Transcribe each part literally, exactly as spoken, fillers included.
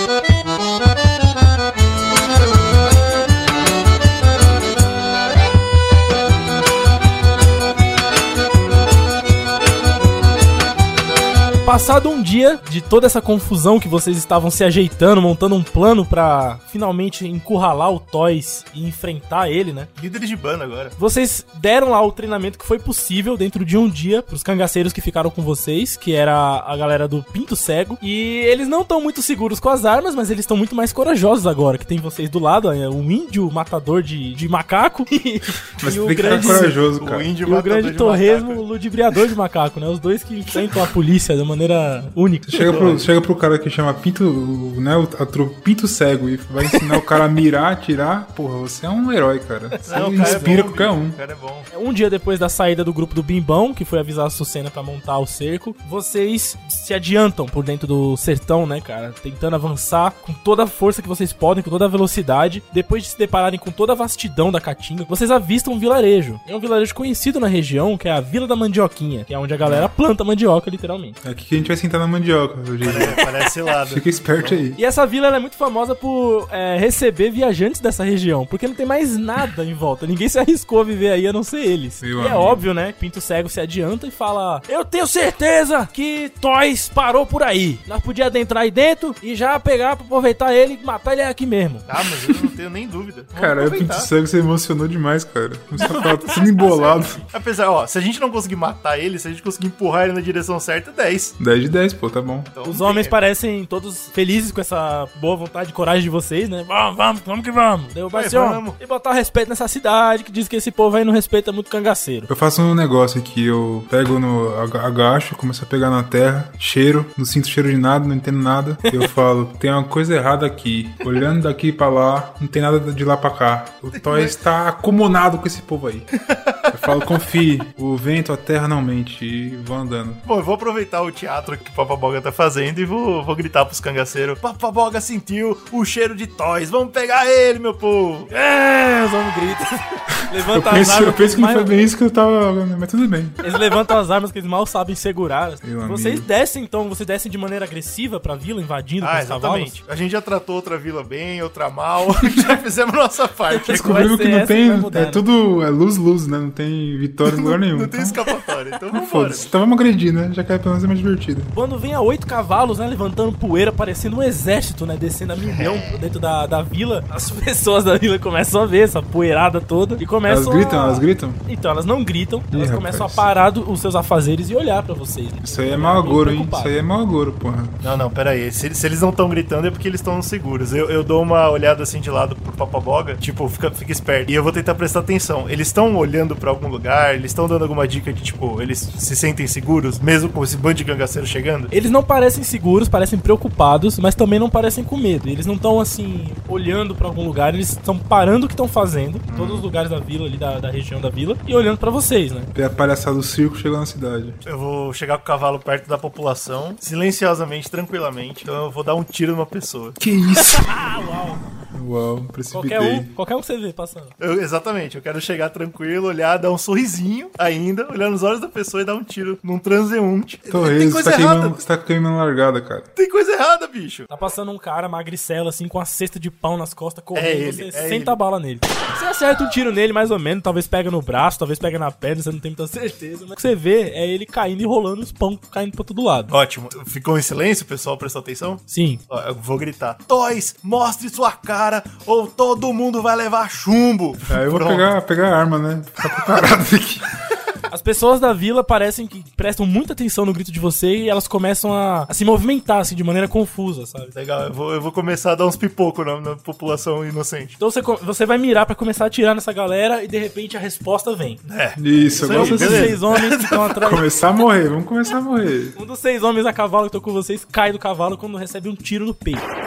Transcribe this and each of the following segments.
Passado um dia de toda essa confusão que vocês estavam se ajeitando, montando um plano pra finalmente encurralar o Toys e enfrentar ele, né? Líderes de banda agora. Vocês deram lá o treinamento que foi possível dentro de um dia pros cangaceiros que ficaram com vocês, que era a galera do Pinto Cego. E eles não estão muito seguros com as armas, mas eles estão muito mais corajosos agora, que tem vocês do lado, né? O índio matador de, de macaco e, mas e o tem que grande, ficar corajoso, cara. O, índio e o grande torresmo ludibriador de macaco, né? Os dois que enfrentam a polícia de maneira única. Chega pro, chega pro cara que chama Pinto, né, o, a trupe Pinto Cego e vai ensinar o cara a mirar, atirar. Porra, você é um herói, cara. Você Não, inspira é bom, qualquer um. O cara é bom. Um dia depois da saída do grupo do Bimbão, que foi avisar a Sucena pra montar o cerco, vocês se adiantam por dentro do sertão, né, cara? Tentando avançar com toda a força que vocês podem, com toda a velocidade. Depois de se depararem com toda a vastidão da Caatinga, vocês avistam um vilarejo. É um vilarejo conhecido na região, que é a Vila da Mandioquinha, que é onde a galera planta mandioca, literalmente. É aqui que a gente vai sentar na mandioca. Parece, parece lado. Fica esperto aí. E essa vila ela é muito famosa por é, receber viajantes dessa região, porque não tem mais nada em volta. Ninguém se arriscou a viver aí, a não ser eles. Meu e amigo. É óbvio, né? Pinto Cego se adianta e fala: eu tenho certeza que Toys parou por aí. Nós podíamos adentrar aí dentro e já pegar pra aproveitar ele e matar ele aqui mesmo. Ah, mas eu não tenho nem dúvida. Vamos cara, o Pinto Cego você emocionou demais, cara. Você tá tudo embolado. Apesar, ó, se a gente não conseguir matar ele, se a gente conseguir empurrar ele na direção certa, dez. dez de dez, pô, tá bom. Então, os homens parecem todos felizes com essa boa vontade e coragem de vocês, né? Vamos, vamos, vamos que vamos. Deu baixão. E botar respeito nessa cidade, que diz que esse povo aí não respeita muito cangaceiro. Eu faço um negócio aqui, eu pego no agacho, começo a pegar na terra, cheiro, não sinto cheiro de nada, não entendo nada. Eu falo, tem uma coisa errada aqui. Olhando daqui pra lá, não tem nada de lá pra cá. O Toys está acomunado com esse povo aí. Eu falo, confie, o vento, a terra não mente. E vou andando. Bom, eu vou aproveitar o teatro que o Papaboga tá fazendo e vou, vou gritar pros cangaceiros: Papaboga sentiu o cheiro de Toys, vamos pegar ele, meu povo! É, os homens gritam. Levanta eu penso, as armas. Eu penso que mais... não foi bem isso que eu tava... Mas tudo bem. Eles levantam as armas que eles mal sabem segurar. Meu vocês amigo. descem, então, vocês descem de maneira agressiva pra vila, invadindo ah, com os exatamente. cavalos? A gente já tratou outra vila bem, outra mal. Já fizemos nossa parte. Descobrimos que não tem... mudar, é né? tudo é luz-luz, né? Não tem vitória em lugar nenhum. Não tem então... escapatória, então vamos embora. Foda-se. Então vamos agredir, né? Já que é pelo menos é mais divertido. Quando vem a oito cavalos, né, levantando poeira, parecendo um exército, né, descendo a milhão dentro da, da vila, as pessoas da vila começam a ver essa poeirada toda e começam Elas gritam, a... elas gritam? Então, elas não gritam, elas Ih, começam rapaz. a parar do, os seus afazeres e olhar pra vocês. Né? Isso aí é mau agouro, hein? Isso aí é mau agouro, porra. Não, não, pera aí. Se, se eles não estão gritando é porque eles estão seguros. Eu, eu dou uma olhada assim de lado pro Papaboga, tipo, fica, fica esperto. E eu vou tentar prestar atenção. Eles estão olhando pra algum lugar? Eles estão dando alguma dica de, tipo, eles se sentem seguros, mesmo com esse bando de cangaceiro chegando? Eles não parecem seguros, parecem preocupados, mas também não parecem com medo. Eles não estão, assim, olhando pra algum lugar, eles estão parando o que estão fazendo, em todos os lugares da vila, ali da, da região da vila, e olhando pra vocês, né? E a palhaçada do circo chegou na cidade. Eu vou chegar com o cavalo perto da população, silenciosamente, tranquilamente. Então eu vou dar um tiro numa pessoa. Que isso? Ah, uau! Uau, precipitei. Qualquer um, qualquer um que você vê passando. Eu, exatamente, eu quero chegar tranquilo, olhar, dar um sorrisinho ainda, olhar nos olhos da pessoa e dar um tiro num transeunte. Torres, Tem você coisa tá, errada. queimando, você tá queimando largada, cara. Tem coisa errada, bicho. Tá passando um cara magricelo, assim, com a cesta de pão nas costas, correndo, É e ele, você é senta ele. a bala nele. Você acerta um tiro nele, mais ou menos, talvez pega no braço, talvez pega na perna, você não tem muita certeza. Mas o que você vê é ele caindo e rolando os pão caindo pra todo lado. Ótimo. Ficou em silêncio, o pessoal prestou atenção? Sim. Ó, eu vou gritar: Toys, mostre sua cara ou todo mundo vai levar chumbo. Aí eu vou Pronto. pegar, pegar a arma, né? Ficar preparado aqui. As pessoas da vila parecem que prestam muita atenção no grito de você e elas começam a, a se movimentar, assim, de maneira confusa, sabe? Legal, eu vou, eu vou começar a dar uns pipocos na, na população inocente. Então você, co- você vai mirar pra começar a atirar nessa galera e de repente a resposta vem. É. Isso, Isso agora aí, Um dos vocês seis homens que estão atrás. começar a morrer, vamos começar a morrer. Um dos seis homens a cavalo que estão com vocês cai do cavalo quando recebe um tiro no peito.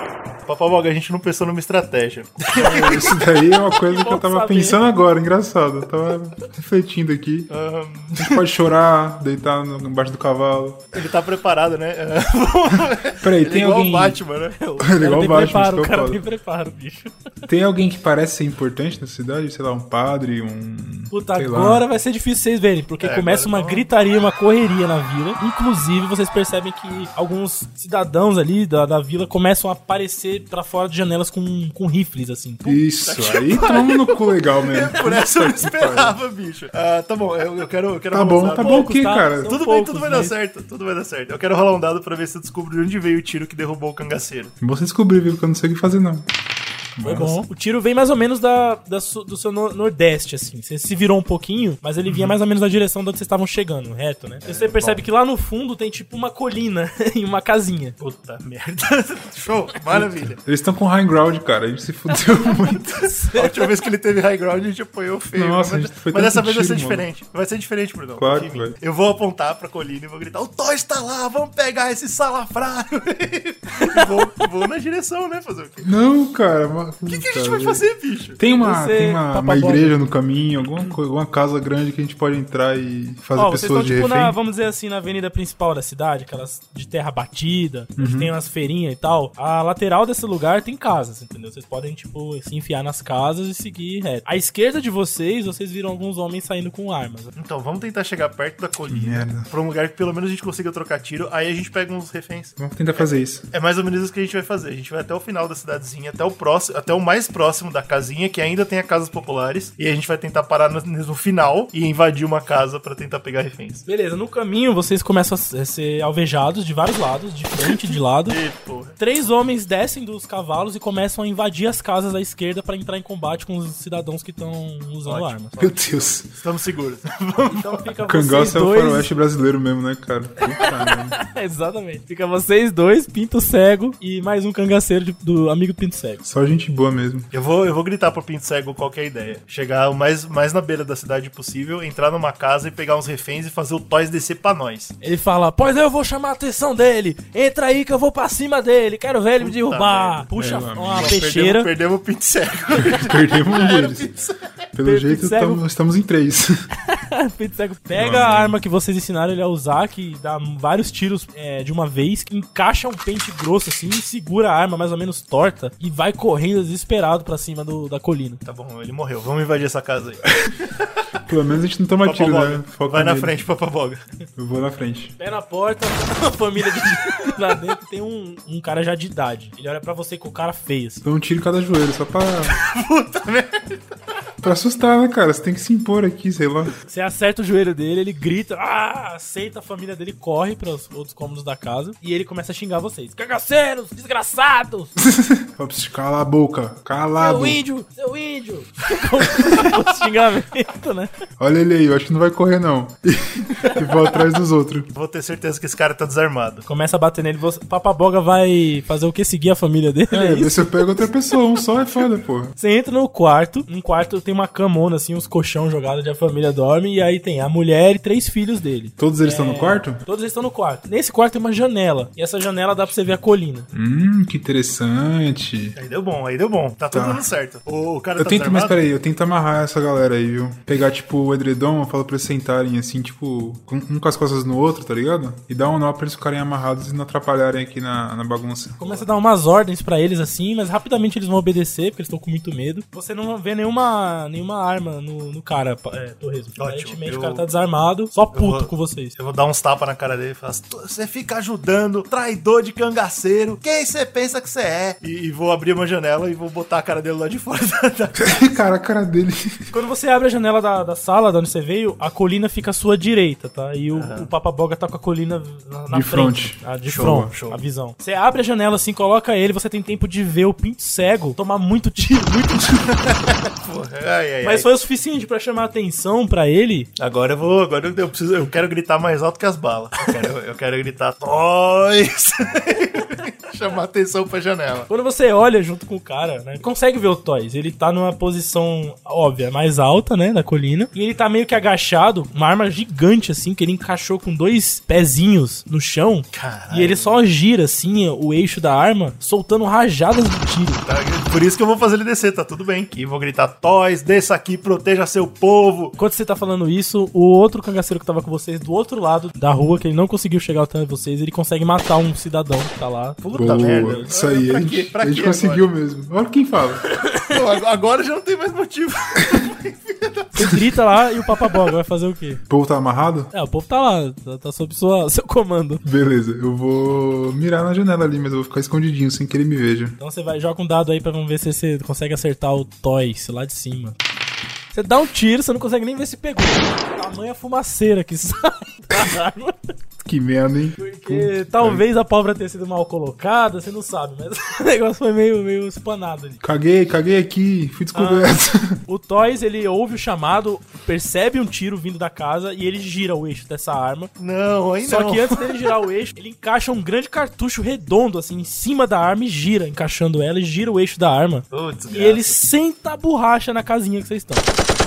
Papaboga, a gente não pensou numa estratégia. Isso daí é uma coisa que eu tava saber. pensando agora, engraçado. Eu tava refletindo aqui. Um, A gente pode chorar, deitar no, embaixo do cavalo. ele tá preparado, né? Peraí, Ele tem é igual alguém. o Batman, né? Ele é igual o tem Batman, preparo, isso o que eu cara falo. tem preparo, bicho. Tem alguém que parece ser importante na cidade? Sei lá, um padre, um. Puta, sei lá. agora vai ser difícil vocês verem, porque É, começa agora uma tá- gritaria, uma correria na vila. Inclusive, vocês percebem que alguns cidadãos ali da, da vila começam a aparecer pra fora de janelas com, com rifles, assim. Isso, aí toma no cu legal mesmo. Por essa eu não esperava, bicho. Ah, tá bom, eu, eu quero, eu quero Tá rolar um bom, dado. tá bom o poucos, quê, tá? cara? São Tudo bem, poucos, tudo vai mas- dar certo, tudo vai dar certo. Eu quero rolar um dado pra ver se eu descubro de onde veio o tiro que derrubou o cangaceiro. Você descobriu, viu? Que eu não sei o que fazer, não. Foi bom. O tiro vem mais ou menos da, da su- do seu no- nordeste, assim. Você se virou um pouquinho, mas ele vinha mais ou menos na direção de onde vocês estavam chegando, reto, né? E você percebe que lá no fundo tem tipo uma colina e uma casinha. Puta merda. Show, maravilha. Eles estão com high ground, cara. A gente se fudeu muito. A última vez que ele teve high ground, a gente apoiou feio. Nossa, mas a gente foi mas tanto dessa vez vai ser tiro, mano. diferente. Vai ser diferente, Brunão. Claro Confia em que mim. vai. Eu vou apontar pra colina e vou gritar: o Thor está lá, vamos pegar esse salafrário. E vou, vou na direção, né? Fazer o quê? Não, cara. O que, que a gente vai fazer, bicho? Tem uma, Você, tem uma, uma papaboga. igreja no caminho, alguma, co- alguma casa grande que a gente pode entrar e fazer Ó, vocês estão pessoas de tipo refém? na, vamos dizer assim, na avenida principal da cidade, aquelas de terra batida, Uhum. onde tem umas feirinhas e tal. A lateral desse lugar tem casas, entendeu? Vocês podem, tipo, se enfiar nas casas e seguir reto. À esquerda de vocês, vocês viram alguns homens saindo com armas. Então, vamos tentar chegar perto da colina. merda. Pra um lugar que pelo menos a gente consiga trocar tiro. Aí a gente pega uns reféns. Vamos tentar fazer isso. É mais ou menos isso que a gente vai fazer. A gente vai até o final da cidadezinha, até o próximo, até o mais próximo da casinha, que ainda tem a casas populares. E a gente vai tentar parar no, no final e invadir uma casa pra tentar pegar reféns. Beleza, no caminho vocês começam a ser alvejados de vários lados, de frente e de lado. E, porra. Três homens descem dos cavalos e começam a invadir as casas à esquerda pra entrar em combate com os cidadãos que estão usando Ótimo. armas. Meu Deus. Estamos seguros. Então fica O vocês cangaço é o dois... faroeste brasileiro mesmo, né, cara? Puta merda. Exatamente. Fica vocês dois, Pinto Cego e mais um cangaceiro de- do amigo Pinto Cego. Só gente boa mesmo. Eu vou, eu vou gritar pro Pinto Cego qual que é a ideia. Chegar o mais, mais na beira da cidade possível, entrar numa casa e pegar uns reféns e fazer o Toys descer pra nós. Ele fala, pois eu vou chamar a atenção dele. Entra aí que eu vou pra cima dele. Quero ver ele me derrubar. merda. Puxa É, meu uma amigo. peixeira. Perdemos, perdemos o Pinto Cego. Perdemos um deles. Pelo Pinto jeito, cego. tamo- estamos em três. Pinto Cego pega a arma que vocês ensinaram ele a usar, que dá vários tiros é, de uma vez, que encaixa um pente grosso assim, e segura a arma mais ou menos torta e vai correndo desesperado pra cima do, da colina. Tá bom, ele morreu. Vamos invadir essa casa aí. Pelo menos a gente não toma tiro, Papaboga, né? Foca vai na nele. frente, Papaboga. Eu vou na frente. Pé na porta, a família de lá dentro tem um, um cara já de idade. Ele olha pra você com o cara feio assim. Dá um tiro em cada joelho, só pra. Puta merda. pra assustar, né, cara? Você tem que se impor aqui, sei lá. Você acerta o joelho dele, ele grita, ah, aceita, a família dele corre para os outros cômodos da casa e ele começa a xingar vocês. Cagaceiros, desgraçados, Fala pra você calar a boca. Calado. seu índio, seu índio. Com xingamento, né? Olha ele aí, eu acho que não vai correr, não. E vou atrás dos outros. Vou ter certeza que esse cara tá desarmado. Começa a bater nele, você, Papaboga vai fazer o que? Seguir a família dele? É, É isso? daí você pega outra pessoa, um só é foda, porra. Você entra no quarto, um quarto tem uma camona, assim, uns colchão jogados onde a família dorme, e aí tem a mulher e três filhos dele. Todos eles estão É, no quarto? Todos eles estão no quarto. Nesse quarto tem uma janela, e essa janela dá pra você ver a colina. Hum, que interessante. Aí deu bom, aí deu bom. Tá tudo Tá. dando certo. O, o cara Eu tá tento, mas desarmado? peraí, eu tento amarrar essa galera aí, viu? Pegar, tipo, o edredom, eu falo pra eles sentarem assim, tipo, com- um com as costas no outro, tá ligado? E dar um nó pra eles ficarem amarrados e não atrapalharem aqui na, na bagunça. Começa a dar umas ordens pra eles assim, mas rapidamente eles vão obedecer, porque eles estão com muito medo. Você não vê nenhuma, nenhuma arma no, no cara, é, Torresmo. Aparentemente eu- o cara tá desarmado, só puto vou- com vocês. Eu vou dar uns tapas na cara dele e falar: você fica ajudando, traidor de cangaceiro, quem você pensa que você é? E, e vou abrir uma janela e vou botar a cara dele lá de fora da, da... Cara, a cara dele. Quando você abre a janela da, da sala, de onde você veio, a colina fica à sua direita, tá? E o, o Papaboga tá com a colina na, na De frente. frente. Ah, de Show, front, show. a visão. Você abre a janela assim, coloca ele, você tem tempo de ver o Pinto Cego tomar muito tiro, muito tiro. Ai, ai, Mas ai. foi o suficiente pra chamar a atenção pra ele. Agora eu vou, agora eu, eu preciso, eu quero gritar mais alto que as balas. Eu quero, eu quero gritar: Toys! Chamar atenção pra janela. Quando você olha junto com o cara, né, consegue ver o Toys. Ele tá numa posição óbvia, mais alta, né, da colina. E ele tá meio que agachado, uma arma gigante, assim, que ele encaixou com dois pezinhos no chão. Caralho. E ele só gira, assim, o eixo da arma, soltando rajadas de tiro. Tá, por isso que eu vou fazer ele descer, tá tudo bem. E vou gritar, Toys, desça aqui, proteja seu povo. Enquanto você tá falando isso, o outro cangaceiro que tava com vocês do outro lado da rua, que ele não conseguiu chegar ao tanto de vocês, ele consegue matar um cidadão que tá lá. Puta Boa, merda. isso aí, Pra a quê? gente, Pra a gente quê conseguiu agora? mesmo. Olha quem fala. Não, agora já não tem mais motivo. Você grita lá e o Papaboga vai fazer o quê? O povo tá amarrado? É, o povo tá lá, tá, tá sob sua, seu comando. Beleza, eu vou mirar na janela ali, mas eu vou ficar escondidinho sem que ele me veja. Então você vai, joga um dado aí pra vamos ver se você consegue acertar o Toys lá de cima. Você dá um tiro, você não consegue nem ver se pegou. Tamanha fumaceira que sai da arma. Que merda, hein? Porque talvez a pólvora tenha sido mal colocada, você não sabe, mas o negócio foi meio, meio espanado ali. Caguei, caguei aqui, fui descoberto. Ah, o Toys, ele ouve o chamado, percebe um tiro vindo da casa e ele gira o eixo dessa arma. Não, ainda Só não. que antes dele girar o eixo, ele encaixa um grande cartucho redondo, assim, em cima da arma e gira, encaixando ela e gira o eixo da arma. Putz, E ele senta a borracha na casinha que vocês estão.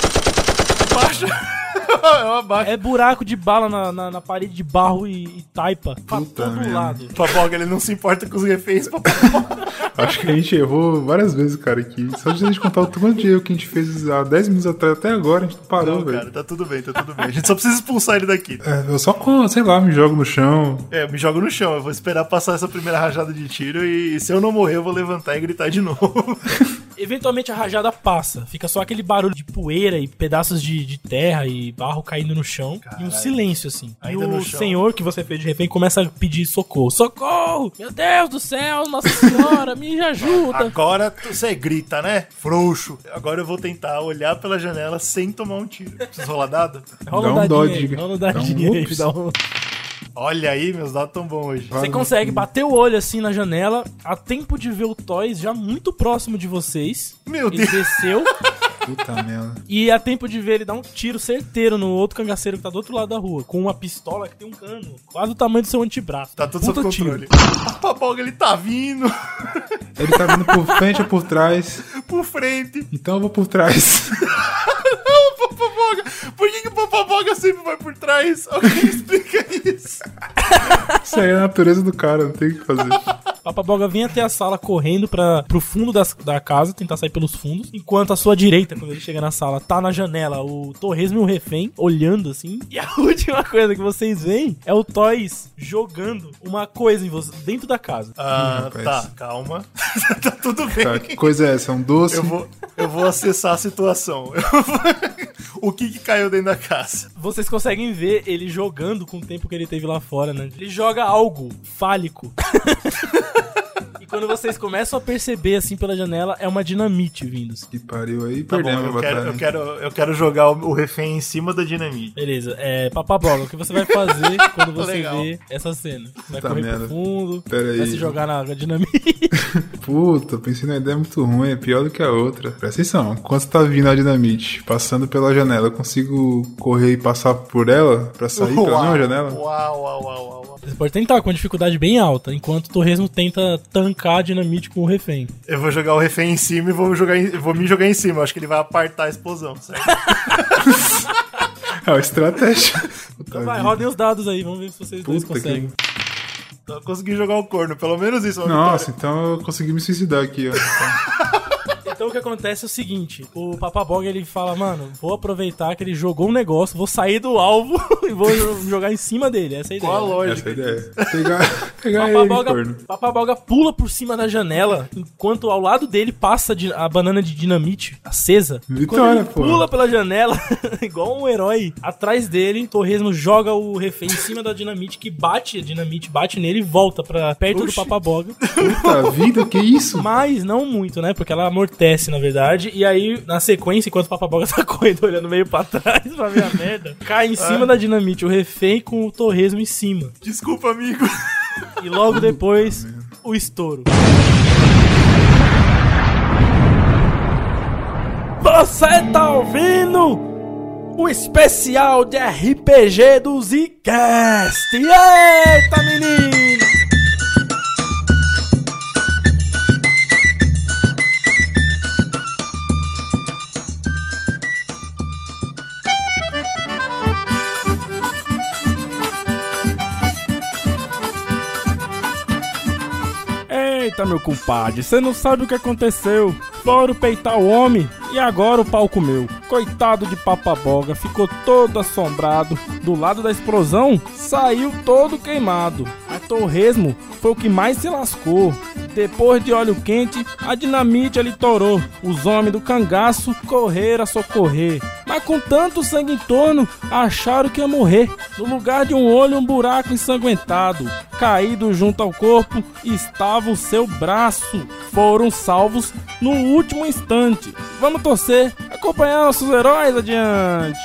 baixa. Eu abaixo. É buraco de bala na, na, na parede de barro e, e taipa. Pra Puta todo merda. lado. Papoga, ele não se importa com os reféns, Papoga. Acho que a gente errou várias vezes, cara, aqui. Só de a gente contar o tanto de erro que a gente fez há dez minutos atrás até agora, a gente parou, Não, velho. cara, tá tudo bem, tá tudo bem. A gente só precisa expulsar ele daqui. É, eu só, sei lá, me jogo no chão. É, eu me jogo no chão, eu vou esperar passar essa primeira rajada de tiro e se eu não morrer, eu vou levantar e gritar de novo. Eventualmente a rajada passa. Fica só aquele barulho de poeira e pedaços de, de terra e barro caindo no chão. Caralho. E um silêncio, assim. Ainda e o no chão. senhor que você fez de refém começa a pedir socorro. Socorro! Meu Deus do céu, Nossa Senhora, me ajuda! Agora você grita, né? Frouxo. Agora eu vou tentar olhar pela janela sem tomar um tiro. Preciso rolar dado? Rola Dá um dadinho aí, dodge. rola um Dá um dadinho aí, ups. dá um... Olha aí, meus dados tão bons hoje. Você consegue bater o olho assim na janela, a tempo de ver o Toys já muito próximo de vocês. Meu Ele Deus. desceu Puta merda. e a tempo de ver ele dar um tiro certeiro no outro cangaceiro que tá do outro lado da rua, com uma pistola que tem um cano, quase o tamanho do seu antebraço. Tá tudo Puta sob tiro. controle. A Papoga, ele tá vindo Ele tá vindo por frente ou por trás. por frente. Então eu vou por trás. Não, Papoga. Por que, que o Papoga sempre vai por trás? Alguém explica isso. Isso aí é a natureza do cara, não tem o que fazer. Papaboga vem até a sala correndo para pro fundo das, da casa, tentar sair pelos fundos, enquanto à sua direita, quando ele chega na sala, tá na janela o Torresmo e o refém, olhando assim. E a última coisa que vocês veem é o Toys jogando uma coisa em você, dentro da casa. Ah, rapaz. tá, calma. Tá tudo bem. Cara, que coisa é essa? É um doce? Eu vou, eu vou acessar a situação. Eu vou- O que que caiu dentro da casa? Vocês conseguem ver ele jogando com o tempo que ele teve lá fora, né? Ele joga algo fálico. E quando vocês começam a perceber, assim, pela janela, é uma dinamite vindo. Que pariu aí, Tá bom, perdemos a eu quero, batalha. eu, quero, eu quero jogar o, o refém em cima da dinamite. Beleza, é, Papaboga, o que você vai fazer quando você Legal. vê essa cena? Você vai Tá correr merda. pro fundo, Pera vai aí. se jogar na dinamite. Puta, pensei numa ideia muito ruim, é pior do que a outra. Presta atenção, quando você tá vindo a dinamite, passando pela janela, eu consigo correr e passar por ela pra sair pela mesma janela? Uau, uau, uau, uau, uau. Você pode tentar com uma dificuldade bem alta, enquanto o Torresmo tenta tancar a dinamite com o refém. Eu vou jogar o refém em cima e vou, jogar em- vou me jogar em cima. Eu acho que ele vai apartar a explosão, certo? É uma estratégia. Puta Então vai, vida. rodem os dados aí, vamos ver se vocês dois Puta que- conseguem. Então eu consegui jogar o corno, pelo menos isso. é uma Nossa, vitória. então eu consegui me suicidar aqui, ó. Então o que acontece é o seguinte, o Papaboga ele fala, mano, vou aproveitar que ele jogou um negócio, vou sair do alvo e vou jogar em cima dele, essa é a ideia. Qual a né? lógica? Essa é a ideia. Pegar, pegar ele, Papaboga, corno. Papaboga pula por cima da janela, enquanto ao lado dele passa de- a banana de dinamite acesa. Vitória, Quando ele pô. pula pela janela, igual um herói, atrás dele, Torresmo joga o refém em cima da dinamite, que bate, a dinamite bate nele e volta pra perto Oxi. do Papaboga. Puta vida, que isso? Mas não muito, né? Porque ela amortece, na verdade. E aí, na sequência, enquanto o Papaboga tá correndo, olhando meio pra trás pra ver a merda, cai em cima da dinamite o refém com o Torresmo em cima. Desculpa, amigo. E logo depois, o estouro. Você tá ouvindo o especial de R P G do Zcast? Eita, menino! meu compadre, você não sabe o que aconteceu. Foram peitar o homem e agora o pau comeu. Coitado de Papaboga, ficou todo assombrado. Do lado da explosão, saiu todo queimado. A Torresmo foi o que mais se lascou. Depois de óleo quente, a dinamite ali torou. Os homens do cangaço correram a socorrer. Mas com tanto sangue em torno, acharam que ia morrer. No lugar de um olho, um buraco ensanguentado. Caído junto ao corpo, estava o seu braço. Foram salvos no último instante. Vamos torcer, acompanhar nossos heróis adiante.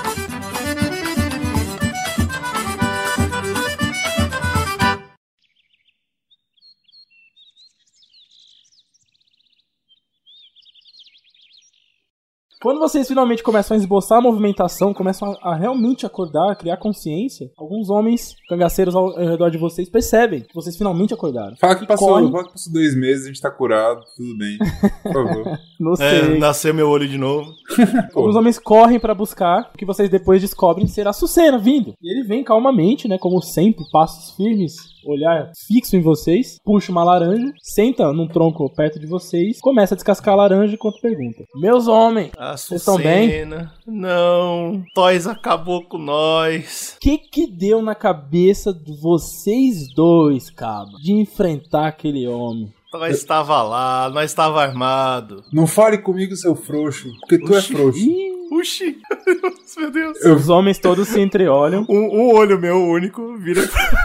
Quando vocês finalmente começam a esboçar a movimentação, começam a, a realmente acordar, a criar consciência, alguns homens cangaceiros ao, ao redor de vocês percebem que vocês finalmente acordaram. Fala que, passou, correm... fala que passou dois meses, a gente tá curado, tudo bem. Por favor. Não sei. É, nasceu meu olho de novo. Alguns homens correm pra buscar o que vocês depois descobrem ser a Sucena vindo. E ele vem calmamente, né, como sempre, passos firmes, olhar fixo em vocês, puxa uma laranja, senta num tronco perto de vocês, começa a descascar a laranja enquanto pergunta: meus homens, A vocês estão bem? Sucena, não, Toys acabou com nós. O que que deu na cabeça de vocês dois, cabo, de enfrentar aquele homem? Nós estava lá, nós estava armado. Não fale comigo, seu frouxo, porque tu Oxi. é frouxo. Uxi, meu Deus. Os homens todos se entreolham. Um, um olho meu único vira...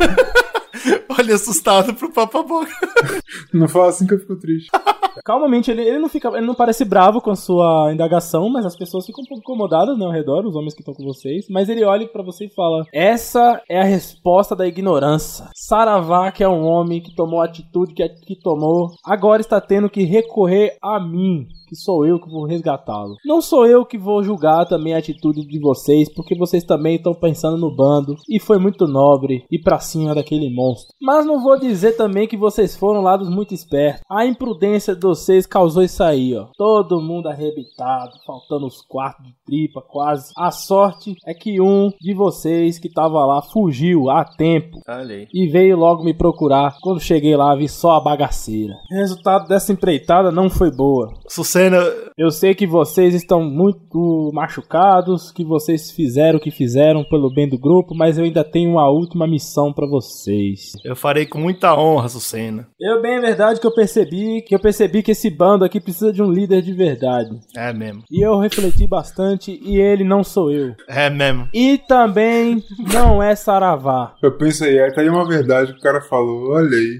Olha assustado pro Papaboga. Não fala assim que eu fico triste. Calmamente, ele, ele não fica, ele não parece bravo com a sua indagação, mas as pessoas ficam um pouco incomodadas, né, ao redor, os homens que estão com vocês. Mas ele olha pra você e fala: essa é a resposta da ignorância. Saravá, que é um homem que tomou a atitude que, que tomou, agora está tendo que recorrer a mim, que sou eu que vou resgatá-lo. Não sou eu que vou julgar também a atitude de vocês, porque vocês também estão pensando no bando, e foi muito nobre ir pra cima daquele monstro. Mas não vou dizer também que vocês foram lados muito espertos. A imprudência de vocês causou isso aí, ó. Todo mundo arrebitado, faltando os quartos de tripa quase. A sorte é que um de vocês que tava lá fugiu a tempo. Olha aí. E veio logo me procurar. Quando cheguei lá, vi só a bagaceira. O resultado dessa empreitada não foi boa. Sucena, Eu sei que vocês estão muito machucados, que vocês fizeram o que fizeram pelo bem do grupo, mas eu ainda tenho uma última missão pra vocês. eu farei com muita honra, Sucena. Eu bem é verdade que eu percebi, que eu percebi que esse bando aqui precisa de um líder de verdade. É mesmo. E eu refleti bastante e ele não sou eu. É mesmo. E também não é Saravá. Eu pensei, é, tá aí uma verdade que o cara falou, olha aí.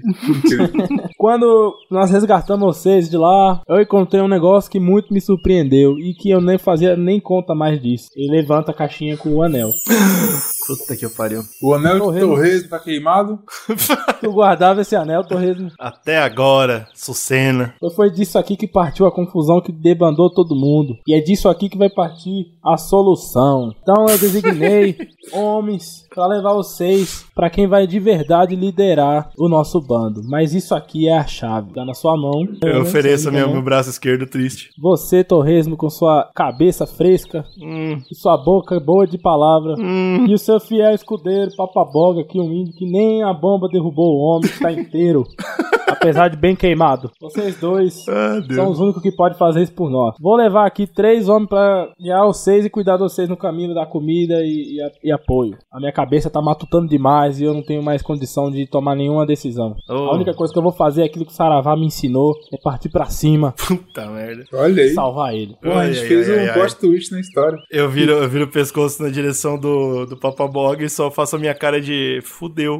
Quando nós resgatamos vocês de lá, eu encontrei um negócio que muito me surpreendeu e que eu nem fazia nem conta mais disso. Ele levanta a caixinha com o anel. Puta que pariu. O anel de Torresmo. Torresmo tá queimado? Eu guardava esse anel, Torresmo. Até agora, Sucena. Foi disso aqui que partiu a confusão que debandou todo mundo. E é disso aqui que vai partir a solução. Então eu designei homens pra levar vocês pra quem vai de verdade liderar o nosso bando. Mas isso aqui é a chave. Tá na sua mão. Eu ofereço minha meu, meu braço esquerdo triste. Você, Torresmo, com sua cabeça fresca Hum, e sua boca boa de palavra. hum. E o seu fiel escudeiro, Papaboga, aqui um índio que nem a bomba derrubou o homem, que tá inteiro. Apesar de bem queimado. Vocês dois Ah, Deus. são os únicos que podem fazer isso por nós. Vou levar aqui três homens pra guiar vocês e cuidar de vocês no caminho da comida e, e, a- e apoio. A minha cabeça tá matutando demais e eu não tenho mais condição de tomar nenhuma decisão. Oh. A única coisa que eu vou fazer é aquilo que o Saravá me ensinou, é partir pra cima Puta merda. Olha e aí. salvar ele. Pô, a gente Ai, fez ai, um ai, ai. plot twist na história. Eu viro, eu viro o pescoço na direção do, do Papaboga e só faço a minha cara de fudeu.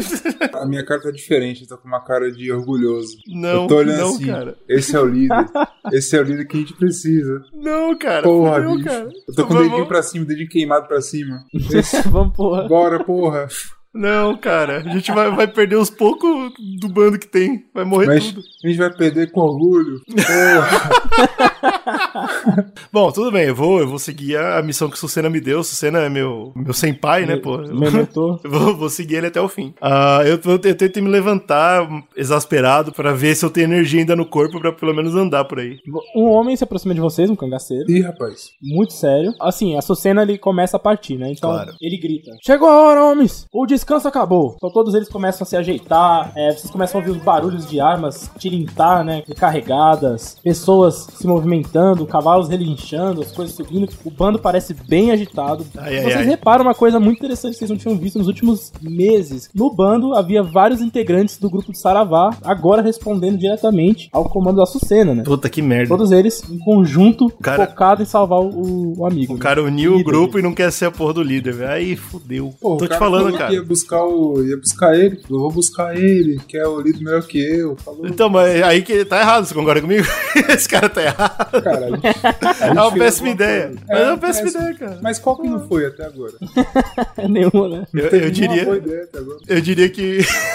A minha cara tá diferente, eu tô com uma cara de orgulhoso. Não, eu tô olhando não, assim, cara. esse é o líder. Esse é o líder que a gente precisa. Não, cara. Porra, fudeu, bicho. cara. Eu tô com o Vamos- dedinho pra cima, dedinho queimado pra cima. Esse... Vamos porra. Bora, porra. Não, cara. A gente vai, vai perder os poucos do bando que tem. Vai morrer Mas tudo. a gente vai perder com orgulho. Porra. Bom, tudo bem, eu vou, eu vou seguir a missão que o Sucena me deu. O Sucena é meu, meu senpai, né, pô? Meu mentor. Eu vou, vou seguir ele até o fim. Uh, eu, eu, eu tento me levantar exasperado pra ver se eu tenho energia ainda no corpo pra pelo menos andar por aí. Um homem se aproxima de vocês, um cangaceiro. Ih, rapaz. Muito sério. Assim, a Sucena ele começa a partir, né? Então Claro. ele grita: chegou a hora, homens! O descanso acabou. Então todos eles começam a se ajeitar. É, vocês começam a ouvir os barulhos de armas tilintar, né? Carregadas. Pessoas se movimentando, cavalos relinchando, as coisas subindo. O bando parece bem agitado. Ai, ai, vocês ai. reparam uma coisa muito interessante que vocês não tinham visto nos últimos meses. No bando havia vários integrantes do grupo de Saravá, agora respondendo diretamente ao comando da Sucena, né? Puta, que merda. Todos eles em conjunto, Cara- focado em salvar o, o amigo. O né? cara uniu o Líder. grupo e não quer ser a porra do líder, velho. Aí, fudeu. Pô, Tô o te falando, falou cara. que ia buscar, o, ia buscar ele. Eu vou buscar ele, que é o líder melhor que eu. Falou. Então, mas aí que tá errado, você concorda comigo? Esse cara tá errado. Cara, a gente, a gente É uma fez péssima alguma ideia. coisa. Mas é uma péssima mas- ideia, cara. Mas qual que não foi até agora? Nenhuma, né? Eu, Teve eu uma diria. boa ideia até agora. Eu diria que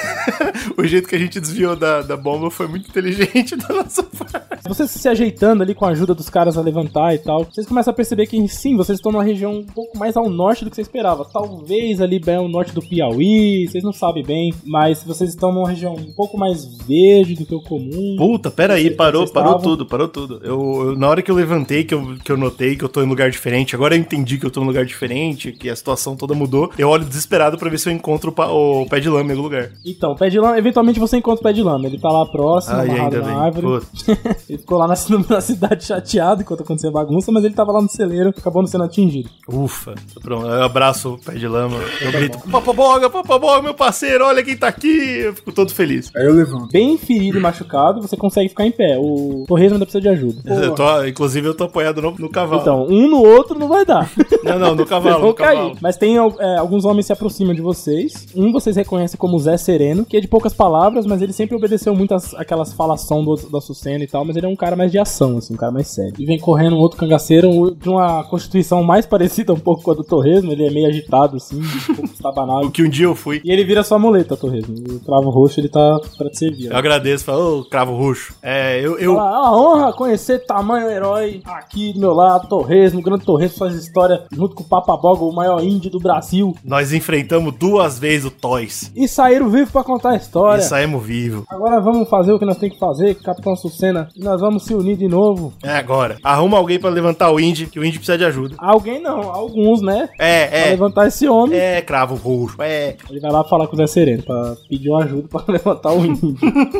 o jeito que a gente desviou da, da bomba foi muito inteligente da nossa parte. Vocês se ajeitando ali com a ajuda dos caras a levantar e tal, vocês começam a perceber que sim, vocês estão numa região um pouco mais ao norte do que você esperava. Talvez ali bem ao norte do Piauí, vocês não sabem bem, mas vocês estão numa região um pouco mais verde do que o comum. Puta, pera aí, Vocês- parou, vocês parou estavam- tudo, parou tudo. Eu, eu- na hora que eu levantei, que eu, que eu notei que eu tô em lugar diferente, agora eu entendi que eu tô em um lugar diferente, que a situação toda mudou, eu olho desesperado pra ver se eu encontro o, pa- o pé de lama em algum lugar. Então, o pé de lama, eventualmente você encontra o pé de lama, ele tá lá próximo, Ai, amarrado ainda na bem. árvore. Puta. Ele ficou lá na, na cidade chateado enquanto acontecia a bagunça, mas ele tava lá no celeiro, acabou não sendo atingido. Ufa, pronto. Eu abraço o pé de lama, eu grito, Papaboga, Papaboga, meu parceiro, olha quem tá aqui. Eu fico todo feliz. Aí eu levanto. Bem ferido e machucado, você consegue ficar em pé. O Torresmo ainda precisa de ajuda. Eu tô, inclusive eu tô apoiado no, no cavalo. Então, um no outro não vai dar. Não, não, no Vocês cavalo, vão no cavalo. cair. Mas tem é, alguns homens se aproximam de vocês. Um vocês reconhecem como Zé Sereno, que é de poucas palavras, mas ele sempre obedeceu muito às, aquelas falação do, da Sucena e tal, mas ele é um cara mais de ação, assim, um cara mais sério. E vem correndo um outro cangaceiro um- de uma constituição mais parecida um pouco com a do Torresmo, ele é meio agitado, assim, um pouco estabanado. O que um dia eu fui. E ele vira sua muleta, Torresmo. O cravo roxo, ele tá pra te servir. Eu Né? agradeço, falo, ô, cravo roxo. É, eu. eu... Fala, "Ah, a honra conhecer tamanho herói aqui do meu lado, Torresmo, o grande Torresmo faz história junto com o Papaboga, o maior índio do Brasil. Nós enfrentamos duas vezes o Toys. E saíram vivos pra contar a história. E saímos vivos. Agora vamos fazer o que nós temos que fazer, Capitão Sucena, e nós vamos se unir de novo. É agora. Arruma alguém pra levantar o Indy, que o Indy precisa de ajuda. Alguém não, alguns, né? Pra É, é. levantar esse homem. É, cravo roxo. É. Ele vai lá falar com o Zé Sereno pra pedir uma ajuda pra levantar o índio.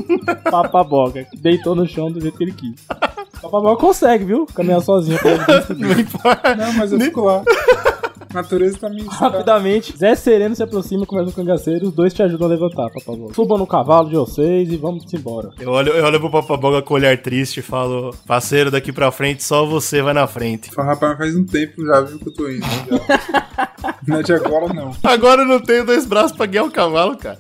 Papaboga, que deitou no chão do jeito que ele quis. Papaboga consegue, viu? Caminhar sozinho. pra ele. Não importa. Não, mas eu fico lá. A natureza tá me... Rapidamente, Zé Sereno se aproxima, começa o cangaceiro, os dois te ajudam a levantar, Papaboga. Subam no cavalo de vocês e vamos embora. Eu olho, eu olho pro Papaboga com olhar triste e falo: parceiro, daqui pra frente só você vai na frente. Fala, rapaz, faz um tempo já, viu, que eu tô indo. Já. Não é de agora, não. Agora eu não tenho dois braços pra guiar o cavalo, cara.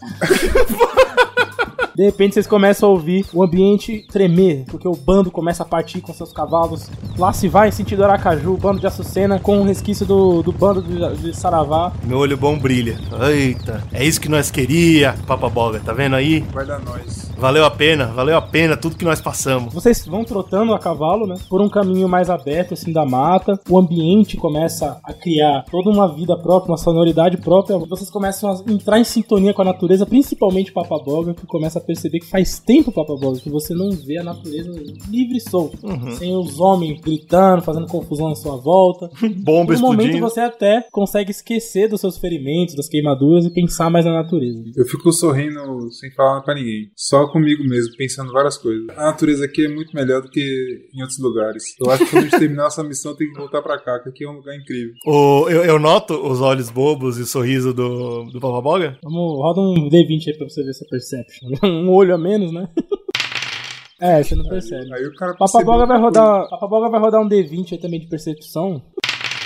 De repente vocês começam a ouvir o ambiente tremer, porque o bando começa a partir com seus cavalos. Lá se vai, em sentido Aracaju, o bando de Açucena, com um resquício do, do bando de, de Saravá. Meu olho bom brilha. Eita, é isso que nós queria, Papaboga, tá vendo aí? Vai dar nós. Valeu a pena, valeu a pena tudo que nós passamos. Vocês vão trotando a cavalo, né? Por um caminho mais aberto, assim, da mata. O ambiente começa a criar toda uma vida própria, uma sonoridade própria. Vocês começam a entrar em sintonia com a natureza, principalmente o Papaboga, que começa a perceber que faz tempo, Papaboga, que você não vê a natureza livre e solta. Uhum. Sem os homens gritando, fazendo confusão à sua volta. Bomba No momento explodindo. você até consegue esquecer dos seus ferimentos, das queimaduras e pensar mais na natureza. Eu fico sorrindo sem falar pra ninguém. Só comigo mesmo, pensando várias coisas. A natureza aqui é muito melhor do que em outros lugares. Eu acho que quando a gente terminar essa missão tem que voltar pra cá, que aqui é um lugar incrível. O, eu, eu noto os olhos bobos e o sorriso do, do Papaboga? Vamos, roda um D vinte aí pra você ver essa perception. Um olho a menos, né? É, você não percebe. Aí o cara Papaboga vai percebeu- rodar, Papaboga vai rodar um D vinte aí também de percepção.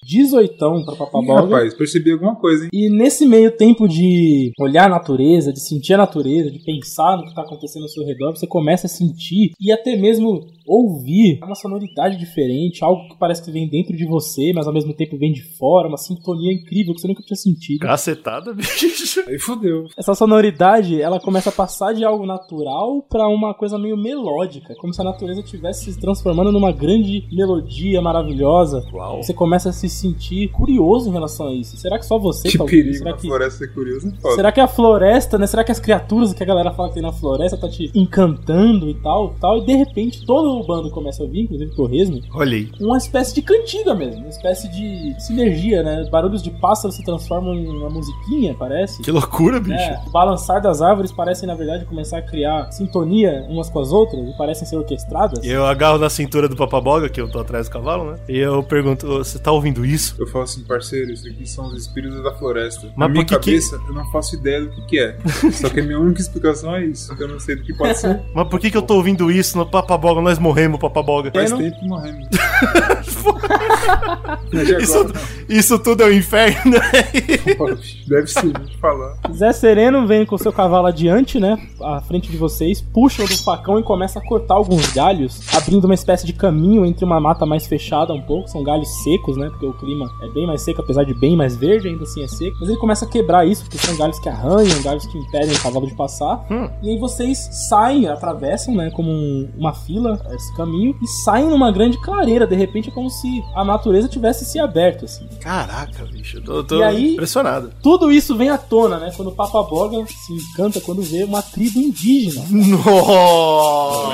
dezoitão pra Ih, Papaboga. rapaz, percebi alguma coisa, hein? E nesse meio tempo de olhar a natureza, de sentir a natureza, de pensar no que tá acontecendo ao seu redor, você começa a sentir e até mesmo ouvir uma sonoridade diferente, algo que parece que vem dentro de você, mas ao mesmo tempo vem de fora, uma sintonia incrível que você nunca tinha sentido. Cacetada, bicho. Aí fodeu. Essa sonoridade, ela começa a passar de algo natural pra uma coisa meio melódica, como se a natureza estivesse se transformando numa grande melodia maravilhosa. Uau. Você começa a se sentir curioso em relação a isso. Será que só você Que tá perigo Será na que... floresta ser curioso, é foda. Será que a floresta, né? Será que as criaturas que a galera fala que tem na floresta tá te encantando e tal, tal? E de repente todo o bando começa a ouvir, inclusive o Torresmo, Olha aí. uma espécie de cantiga mesmo, uma espécie de sinergia, né? Barulhos de pássaros se transformam em uma musiquinha, parece. Que loucura, bicho. É, o balançar das árvores parecem, na verdade, começar a criar sintonia umas com as outras e parecem ser orquestradas. Eu agarro na cintura do Papaboga, que eu tô atrás do cavalo, né? E eu pergunto, você tá ouvindo isso? Eu falo assim, parceiro, isso aqui são os espíritos da floresta. Mas Na minha por que que- cabeça, eu não faço ideia do que que é. Só que a minha única explicação é isso. Eu não sei do que pode ser. Mas por que que eu tô ouvindo isso no Papaboga? Nós morremos, Papaboga. Faz não- tempo que morremos. Não é de Isso, agora, isso tudo é o inferno, né? não. Deve ser, vou te falar. Zé Sereno vem com seu cavalo adiante, né? À frente de vocês, puxa do facão e começa a cortar alguns galhos, abrindo uma espécie de caminho entre uma mata mais fechada um pouco. São galhos secos, né? Porque o clima é bem mais seco, apesar de bem mais verde, ainda assim é seco. Mas ele começa a quebrar isso, porque são galhos que arranham, galhos que impedem o cavalo de passar. Hum. E aí vocês saem, atravessam, né? Como um- uma fila, esse caminho, e saem numa grande clareira. De repente é como se a natureza tivesse se aberto, assim. Caraca, bicho. Eu tô, tô E aí- impressionado. Tudo isso vem à tona, né? Quando o Papaboga se encanta quando vê uma tribo indígena. Nossa!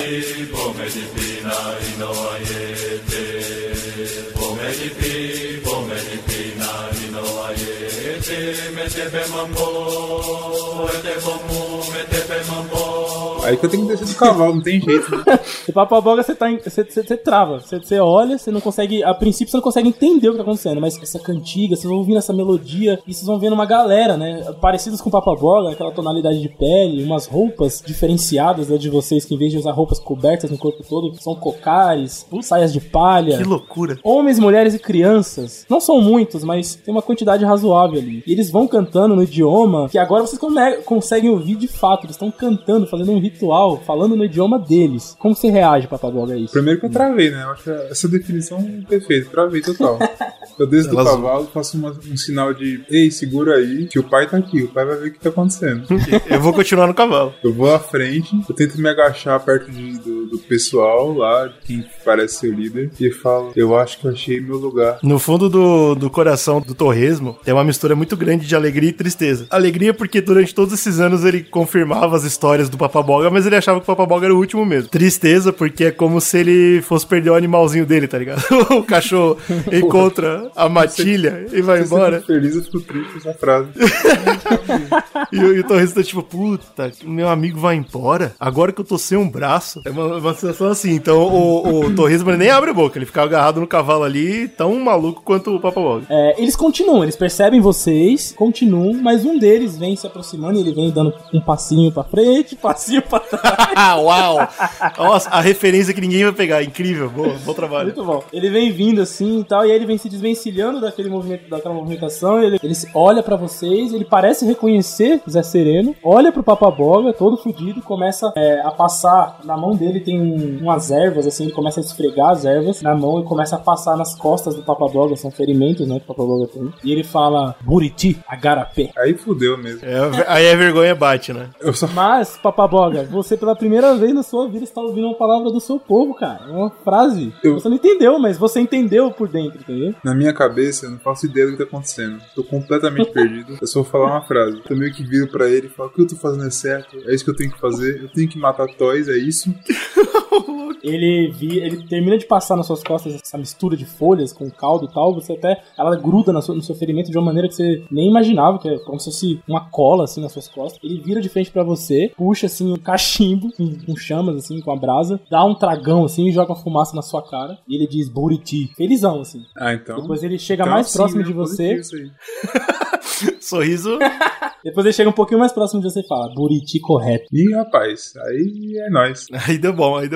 Aí que eu tenho que descer do cavalo, não tem jeito, né? O Papaboga, você tá em- você, você, você trava. Você, você olha, você não consegue. A princípio, você não consegue entender o que tá acontecendo. Mas essa cantiga, vocês vão ouvindo essa melodia e vocês vão vendo uma galera, né? Parecidas com o Papaboga, aquela tonalidade de pele, umas roupas diferenciadas, né, de vocês, que em vez de usar roupas cobertas no corpo todo, são cocares, saias de palha. Que loucura. Homens, mulheres e crianças. Não são muitos, mas tem uma quantidade razoável ali. E eles vão cantando no idioma que agora vocês come- conseguem ouvir de fato. Eles estão cantando, fazendo um ritual, falando no idioma deles. Como você reage, Papaboga, a isso? Primeiro que eu travei, né? Eu acho que essa definição é perfeita. Travei total. Eu desço do Elas- cavalo, faço uma- um sinal de ei, segura aí, que o pai tá aqui. O pai vai ver o que tá acontecendo. Eu vou continuar no cavalo. Eu vou à frente, eu tento me agachar perto de- do, do pessoal lá, quem parece ser o líder, e falo, eu acho que eu achei meu lugar. No fundo do, do coração do Torresmo tem uma mistura muito grande de alegria e tristeza. Alegria porque durante todos esses anos ele confirmava as histórias do Papaboga, mas ele achava que o Papaboga era o último mesmo. Tristeza porque é como se ele fosse perder o animalzinho dele, tá ligado? O cachorro encontra a matilha e vai Se você embora. fica feliz, eu fico triste com essa frase. E, o- e o Torresmo tá tipo, puta, meu amigo vai embora? Agora que eu tô sem um braço. É uma, uma sensação assim. Então o, o Torresmo ele nem abre a boca, ele fica agarrado no cavalo ali, tão maluco quanto o Papaboga. É, eles continuam, eles percebem vocês, continuam, mas um deles vem se aproximando e ele vem dando um passinho pra frente, passinho pra trás. Ah, uau! Nossa, a referência que ninguém vai pegar. Incrível, boa, bom trabalho. Muito bom. Ele vem vindo assim e tal, e aí ele vem se desvencilhando daquele movimento, daquela movimentação, ele, ele se- olha pra vocês, ele parece reconhecer Zé Sereno, olha pro Papaboga, todo fudido, começa é, a passar, na mão dele tem um- umas ervas, assim, ele começa a esfregar as ervas na mão e começa a passar nas costas do Papaboga, são ferimentos, né, que o Papaboga tem, e ele fala, Buriti, agarapé. Aí fudeu mesmo. É, aí a vergonha bate, né? Eu só Mas, Papaboga, você pela primeira vez na sua vida está ouvindo uma palavra do seu povo, cara. É uma frase. Eu- Você não entendeu, mas você entendeu por dentro, entendeu? Na minha cabeça, eu não faço ideia do que tá acontecendo. Tô completamente perdido. Eu só vou falar uma frase. Eu meio que viro pra ele e falo: o que eu tô fazendo é certo? É isso que eu tenho que fazer? Eu tenho que matar Toys, é isso? Ele, vi, ele termina de passar nas suas costas essa mistura de folhas com caldo e tal. Você até. Ela gruda na sua- no seu ferimento de uma maneira que você nem imaginava, que é como se fosse uma cola assim nas suas costas. Ele vira de frente pra você, puxa assim um cachimbo com, com chamas, assim, com a brasa, dá um tragão assim e joga uma fumaça na sua cara. E ele diz Buriti. Felizão, assim. Ah, então. Depois ele chega então, mais sim, próximo né? de você. Positivo isso aí. Sorriso. Depois ele chega um pouquinho mais próximo de você e fala, Buriti correto. Ih, rapaz, aí é nóis. Aí deu bom, aí deu Eu dez. quero deu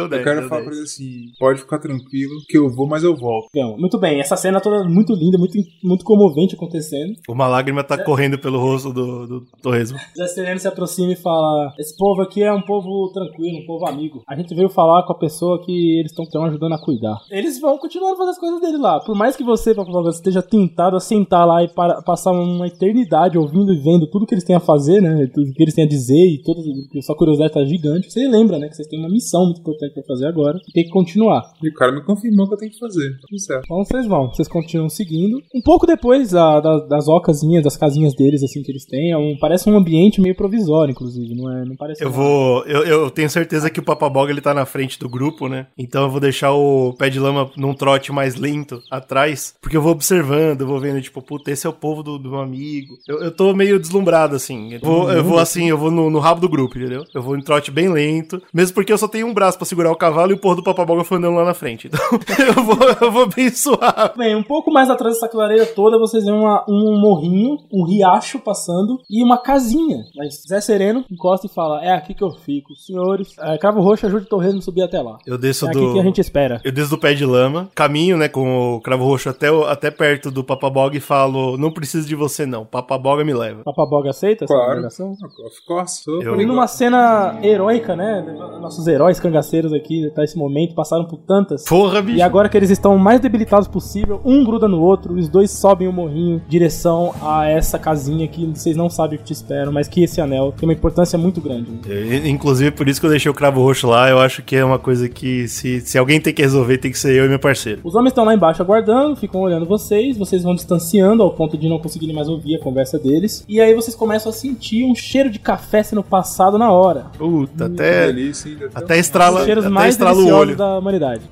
falo pra ele assim, pode ficar tranquilo, que eu vou, mas eu volto. Então, muito bem, essa cena toda muito linda, muito, muito comovente acontecendo. Uma lágrima tá é. correndo pelo rosto do, do Torresmo. Zé Sereno se aproxima e fala, esse povo aqui é um povo tranquilo, um povo amigo. A gente veio falar com a pessoa que eles estão ajudando a cuidar. Eles vão continuar a fazer as coisas dele lá. Por mais que você, Papa Boga, esteja tentado a sentar lá e para, passar uma eternidade ouvindo e vendo tudo que eles têm a fazer, né? Tudo que eles têm a dizer e toda a sua curiosidade tá gigante. Você lembra, né? Que vocês têm uma missão muito importante pra fazer agora e tem que continuar. E o cara me confirmou que eu tenho que fazer. Tá tudo certo. Então vocês vão. Vocês continuam seguindo. Um pouco depois da, da, das ocasinhas, das casinhas deles, assim, que eles têm, é um, parece um ambiente meio provisório, inclusive. Não é? Não parece eu nada. vou... Eu, eu tenho certeza que o Papa Boga, ele tá na frente do grupo, né? Então eu vou deixar o Pé de Lama num trote mais lento atrás, porque eu vou observando, eu vou vendo, tipo, puta, esse é o povo do, do meu amigo. Eu, eu tô meio deslumbrado, assim. Eu vou, eu vou assim, eu vou no, no rabo do grupo, entendeu? Eu vou em trote bem lento, mesmo porque eu só tenho um braço pra segurar o cavalo e o porra do Papa Boga foi andando lá na frente. Então eu vou, eu vou bem suave. Bem, um pouco mais atrás dessa clareira toda, vocês veem uma, um morrinho, um riacho passando e uma casinha. Mas Zé Sereno encosta e fala, é aqui que eu fico. Senhores, é, Cravo Roxo ajude o Torresmo a subir até lá. Eu desço é do... aqui que a gente espera. Eu desço do Pé de Lama, caminho, né, com o Cravo Roxo até, o, até perto do Papa Boga e falo, não preciso de você não, Papa Boga me leva. Papa Boga aceita essa claro. obrigação? Of course. Eu... E numa cena heróica, né, nossos heróis cangaceiros aqui, até esse momento, passaram por tantas. Porra, bicho. E agora que eles estão o mais debilitados possível, um gruda no outro, os dois sobem o morrinho em direção a essa casinha que vocês não sabem o que te esperam, mas que esse anel tem uma importância muito grande. Né? Eu, inclusive, por isso que eu deixei o Cravo Roxo lá, eu acho que é uma coisa que se, se alguém tem que resolver, tem que ser eu e meu parceiro. Os homens estão lá embaixo aguardando, ficam olhando vocês, vocês vão distanciando ao ponto de não conseguirem mais ouvir a conversa deles, e aí vocês começam a sentir um cheiro de café sendo passado na hora. Puta, até, delícia, hein? até estrala, Os cheiros até mais estrala o deliciosos olho da humanidade.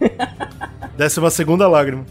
Desce uma segunda lágrima.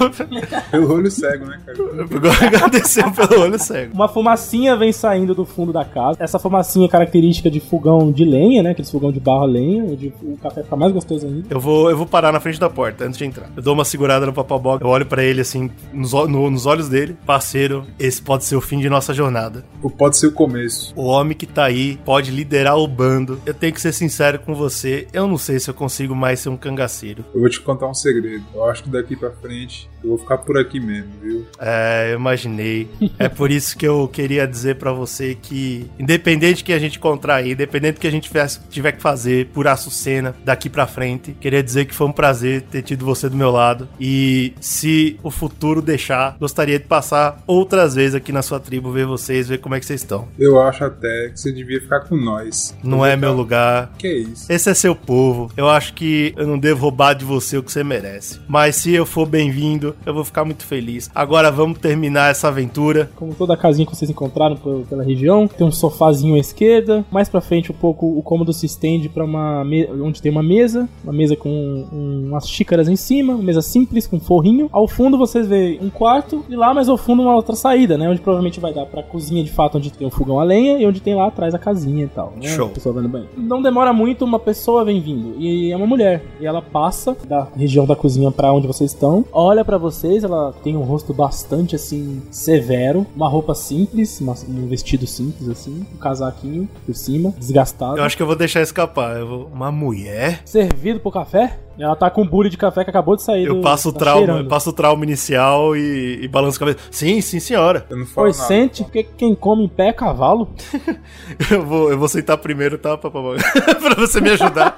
Pelo olho cego, né, cara? Agradeceu pelo olho cego. Uma fumacinha vem saindo do fundo da casa. Essa fumacinha é característica de fogão de lenha, né? Aquele fogão de barro a lenha, onde o café fica mais gostoso ainda. Eu vou, eu vou parar na frente da porta antes de entrar. Eu dou uma segurada no Papa Boga, eu olho pra ele assim, nos, no, nos olhos dele. Parceiro, esse pode ser o fim de nossa jornada. Ou pode ser o começo. O homem que tá aí pode liderar o bando. Eu tenho que ser sincero com você, eu não sei se eu consigo mais ser um cangaceiro. Eu vou te contar um segredo. Eu acho que daqui pra frente eu vou ficar por aqui mesmo, viu? É, eu imaginei. É por isso que eu queria dizer pra você que, independente que a gente contrair, independente do que a gente tiver que fazer por Açucena daqui pra frente, queria dizer que foi um prazer ter tido você do meu lado. E se o futuro deixar, gostaria de passar outras vezes aqui na sua tribo, ver vocês, ver como é que vocês estão. Eu acho até que você devia ficar com nós. Não é meu lugar. Que é isso? Esse é seu povo. Eu acho que eu não devo roubar de você o que você merece. Mas se eu for bem-vindo, eu vou ficar muito feliz. Agora vamos terminar essa aventura. Como toda a casinha que vocês encontraram pela região, tem um sofazinho à esquerda. Mais pra frente um pouco o cômodo se estende pra uma me- onde tem uma mesa, uma mesa com um, umas xícaras em cima, uma mesa simples com um forrinho. Ao fundo vocês veem um quarto e lá mais ao fundo uma outra saída, né, onde provavelmente vai dar pra cozinha de fato, onde tem o fogão a lenha e onde tem lá atrás a casinha e tal, né? Show. A pessoa vai no banheiro. Não demora muito, uma pessoa vem vindo e é uma mulher e ela passa da região da cozinha pra onde vocês estão, olha pra vocês, ela tem um rosto bastante assim severo, uma roupa simples, uma, um vestido simples assim, um casaquinho por cima, desgastado. Eu acho que eu vou deixar escapar. Eu vou... Uma mulher? Servido pro café? Ela tá com um bule de café que acabou de sair Eu do... passo o tá trauma, cheirando. eu passo o trauma inicial e, e balanço a cabeça. Sim, sim, senhora. Eu não falo Pois nada. sente, porque quem come em pé é cavalo. Eu vou, eu vou sentar primeiro, tá, Papa Boga? Pra você me ajudar.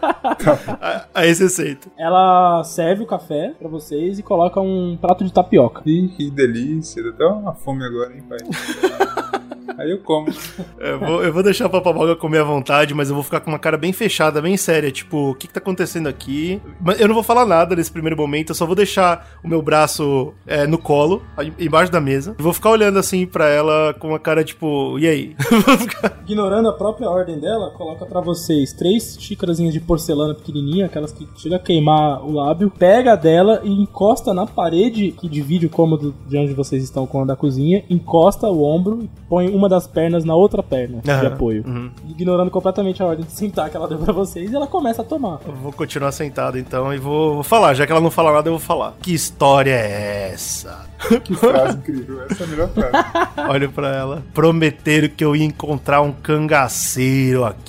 Aí você senta. Ela serve o café pra vocês e coloca um prato de tapioca. Ih, que delícia. Deu até uma fome agora, hein, pai? Aí eu como. Eu vou, eu vou deixar a Papa Boga comer à vontade, mas eu vou ficar com uma cara bem fechada, bem séria. Tipo, o que que tá acontecendo aqui? Mas eu não vou falar nada nesse primeiro momento, eu só vou deixar o meu braço é, no colo, embaixo da mesa. E vou ficar olhando assim pra ela com uma cara tipo, e aí? Ignorando a própria ordem dela, coloca pra vocês três xícarazinhas de porcelana pequenininha, aquelas que chega a queimar o lábio. Pega a dela e encosta na parede que divide o cômodo de onde vocês estão com a da cozinha. Encosta o ombro e põe uma das pernas na outra perna de Aham, apoio. uhum. Ignorando completamente a ordem de sentar que ela deu pra vocês, e ela começa a tomar. Eu vou continuar sentado então e vou, vou falar. Já que ela não fala nada, eu vou falar. Que história é essa? Que frase incrível. Essa é a melhor frase. Olho pra ela. Prometeram que eu ia encontrar um cangaceiro aqui.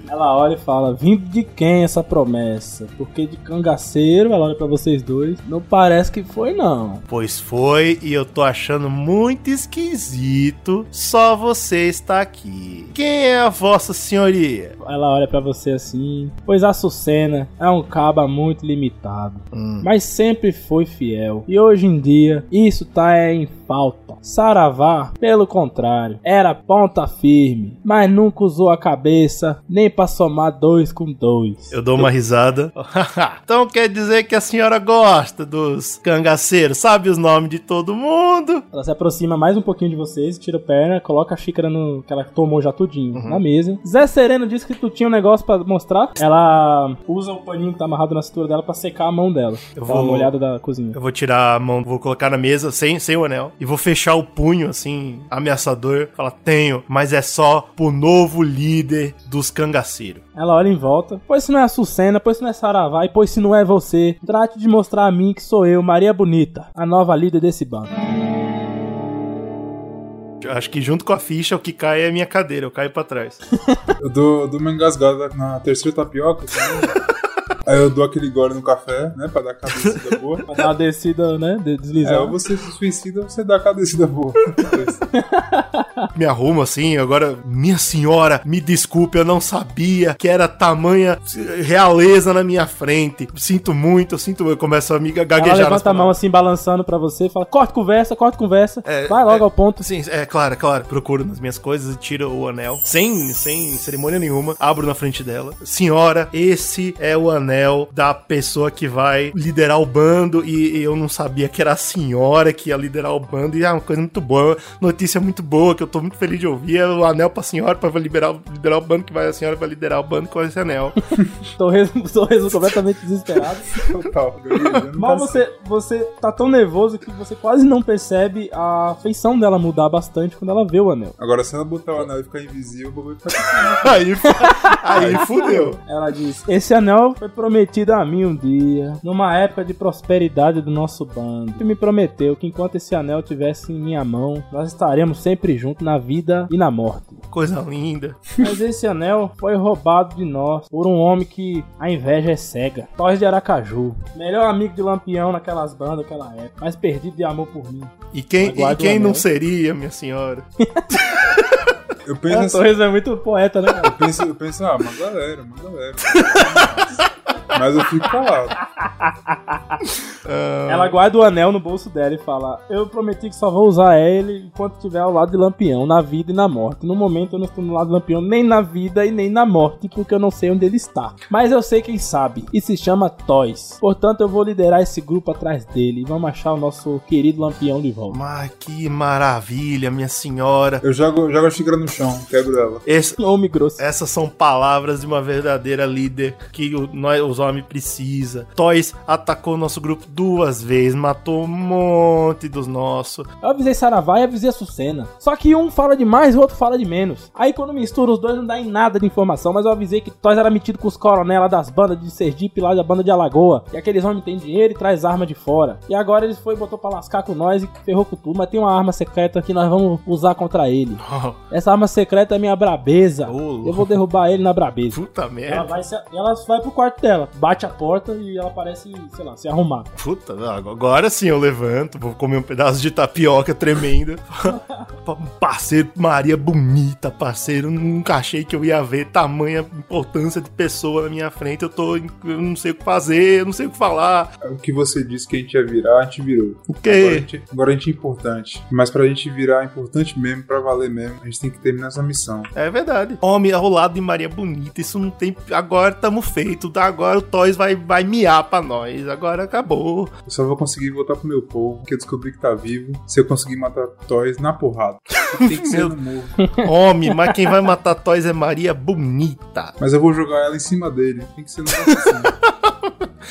Ela olha e fala, vindo de quem essa promessa? Porque de cangaceiro, ela olha pra vocês dois, não parece que foi não. Pois foi, e eu tô achando muito esquisito só você está aqui. Quem é a vossa senhoria? Ela olha pra você assim, pois a Açucena é um caba muito limitado, hum. mas sempre foi fiel. E hoje em dia, isso tá em falta. Saravá, pelo contrário, era ponta firme, mas nunca usou a cabeça nem pra somar dois com dois. Eu dou uma risada. Então quer dizer que a senhora gosta dos cangaceiros, sabe os nomes de todo mundo? Ela se aproxima mais um pouquinho de vocês, tira a perna, coloca a xícara no que ela tomou já tudinho uhum. na mesa. Zé Sereno disse que tu tinha um negócio pra mostrar. Ela usa o paninho que tá amarrado na cintura dela pra secar a mão dela. Eu Dá vou uma olhada da cozinha. Eu vou tirar a mão, vou colocar na mesa sem, sem o anel e vou fechar o punho assim, ameaçador. Fala, tenho, mas é só pro novo líder dos cangaceiros. Ela olha em volta. Pois se não é a Açucena, pois se não é Saravá, e pois se não é você, trate de mostrar a mim que sou eu, Maria Bonita, a nova líder desse bando. Acho que junto com a ficha, o que cai é a minha cadeira, eu caio pra trás. Eu dou, eu dou uma engasgada na terceira tapioca também. Aí eu dou aquele gole no café, né, pra dar aquela descida boa. Pra dar uma descida, né, deslizar. É, ou você se suicida ou você dá aquela descida boa. Me arrumo assim, agora, minha senhora, me desculpe, eu não sabia que era tamanha realeza na minha frente. Sinto muito, eu sinto, eu começo a me gaguejar. Ela levanta a mão assim, balançando pra você e fala, corta conversa, corta conversa, é, vai logo é, ao ponto. Sim, é claro, claro, procuro nas minhas coisas e tiro o anel, sem, sem cerimônia nenhuma, abro na frente dela. Senhora, esse é o anel da pessoa que vai liderar o bando e, e eu não sabia que era a senhora que ia liderar o bando e é uma coisa muito boa, notícia muito boa que eu tô muito feliz de ouvir, é o anel pra senhora pra liberar, liderar o bando, que vai a senhora vai liderar o bando com esse anel. Torres, Torres completamente desesperado. Total. Mas você, você tá tão nervoso que você quase não percebe a feição dela mudar bastante quando ela vê o anel. Agora se ela botar o anel e ficar invisível, o bagulho fica... aí, aí fudeu. Ela diz, esse anel foi prometido a mim um dia, numa época de prosperidade do nosso bando. Ele me prometeu que enquanto esse anel estivesse em minha mão, nós estaremos sempre juntos na vida e na morte. Coisa linda. Mas esse anel foi roubado de nós por um homem que a inveja é cega. Torres de Aracaju. Melhor amigo de Lampião naquelas bandas naquela época, mas perdido de amor por mim. E quem, e quem não seria, minha senhora? Eu penso assim, Torres é muito poeta, né? Eu penso, eu penso, ah, uma galera, uma galera. Mas eu fico calado. Uh... Ela guarda o anel no bolso dela e fala, eu prometi que só vou usar ele enquanto estiver ao lado de Lampião, na vida e na morte. No momento eu não estou no lado de Lampião nem na vida e nem na morte, porque eu não sei onde ele está. Mas eu sei quem sabe, e se chama Toys. Portanto eu vou liderar esse grupo atrás dele e vamos achar o nosso querido Lampião de volta. Mas que maravilha, minha senhora. Eu jogo, jogo a xícara no chão, quebro ela. Esse, Homem grosso. Essas são palavras de uma verdadeira líder que o, nós, os homens precisam. Toys atacou o nosso grupo duas vezes, matou um monte dos nossos. Eu avisei Saravá e avisei a Açucena. Só que um fala demais e o outro fala de menos. Aí quando mistura os dois não dá em nada de informação, mas eu avisei que Toys era metido com os coronel lá das bandas de Sergipe, lá da banda de Alagoa. E aqueles homens têm dinheiro e traz arma de fora. E agora eles foi e botou pra lascar com nós e ferrou com tudo, mas tem uma arma secreta que nós vamos usar contra ele. Oh. Essa arma secreta é minha brabeza. Oh. Eu vou derrubar ele na brabeza. Puta merda. Ela vai, se, ela vai pro quarto dela, bate a porta e ela parece, sei lá, se arrumar. Puta, agora sim eu levanto, vou comer um pedaço de tapioca tremenda. Parceiro, Maria Bonita, parceiro, nunca achei que eu ia ver tamanha importância de pessoa na minha frente. Eu tô, eu não sei o que fazer, eu não sei o que falar. O que você disse que a gente ia virar, a gente virou. O quê? Agora a gente, agora a gente é importante. Mas pra gente virar importante mesmo, pra valer mesmo, a gente tem que terminar essa missão. É verdade. Homem ao lado de Maria Bonita, isso não tem... Agora tamo feito, agora o Toys vai, vai miar pra nós, agora acabou. Eu só vou conseguir voltar pro meu povo, que eu descobri que tá vivo, se eu conseguir matar Toys na porrada. Tem que ser no morro. Homem, mas quem vai matar Toys é Maria Bonita. Mas eu vou jogar ela em cima dele, tem que ser no negócio assim.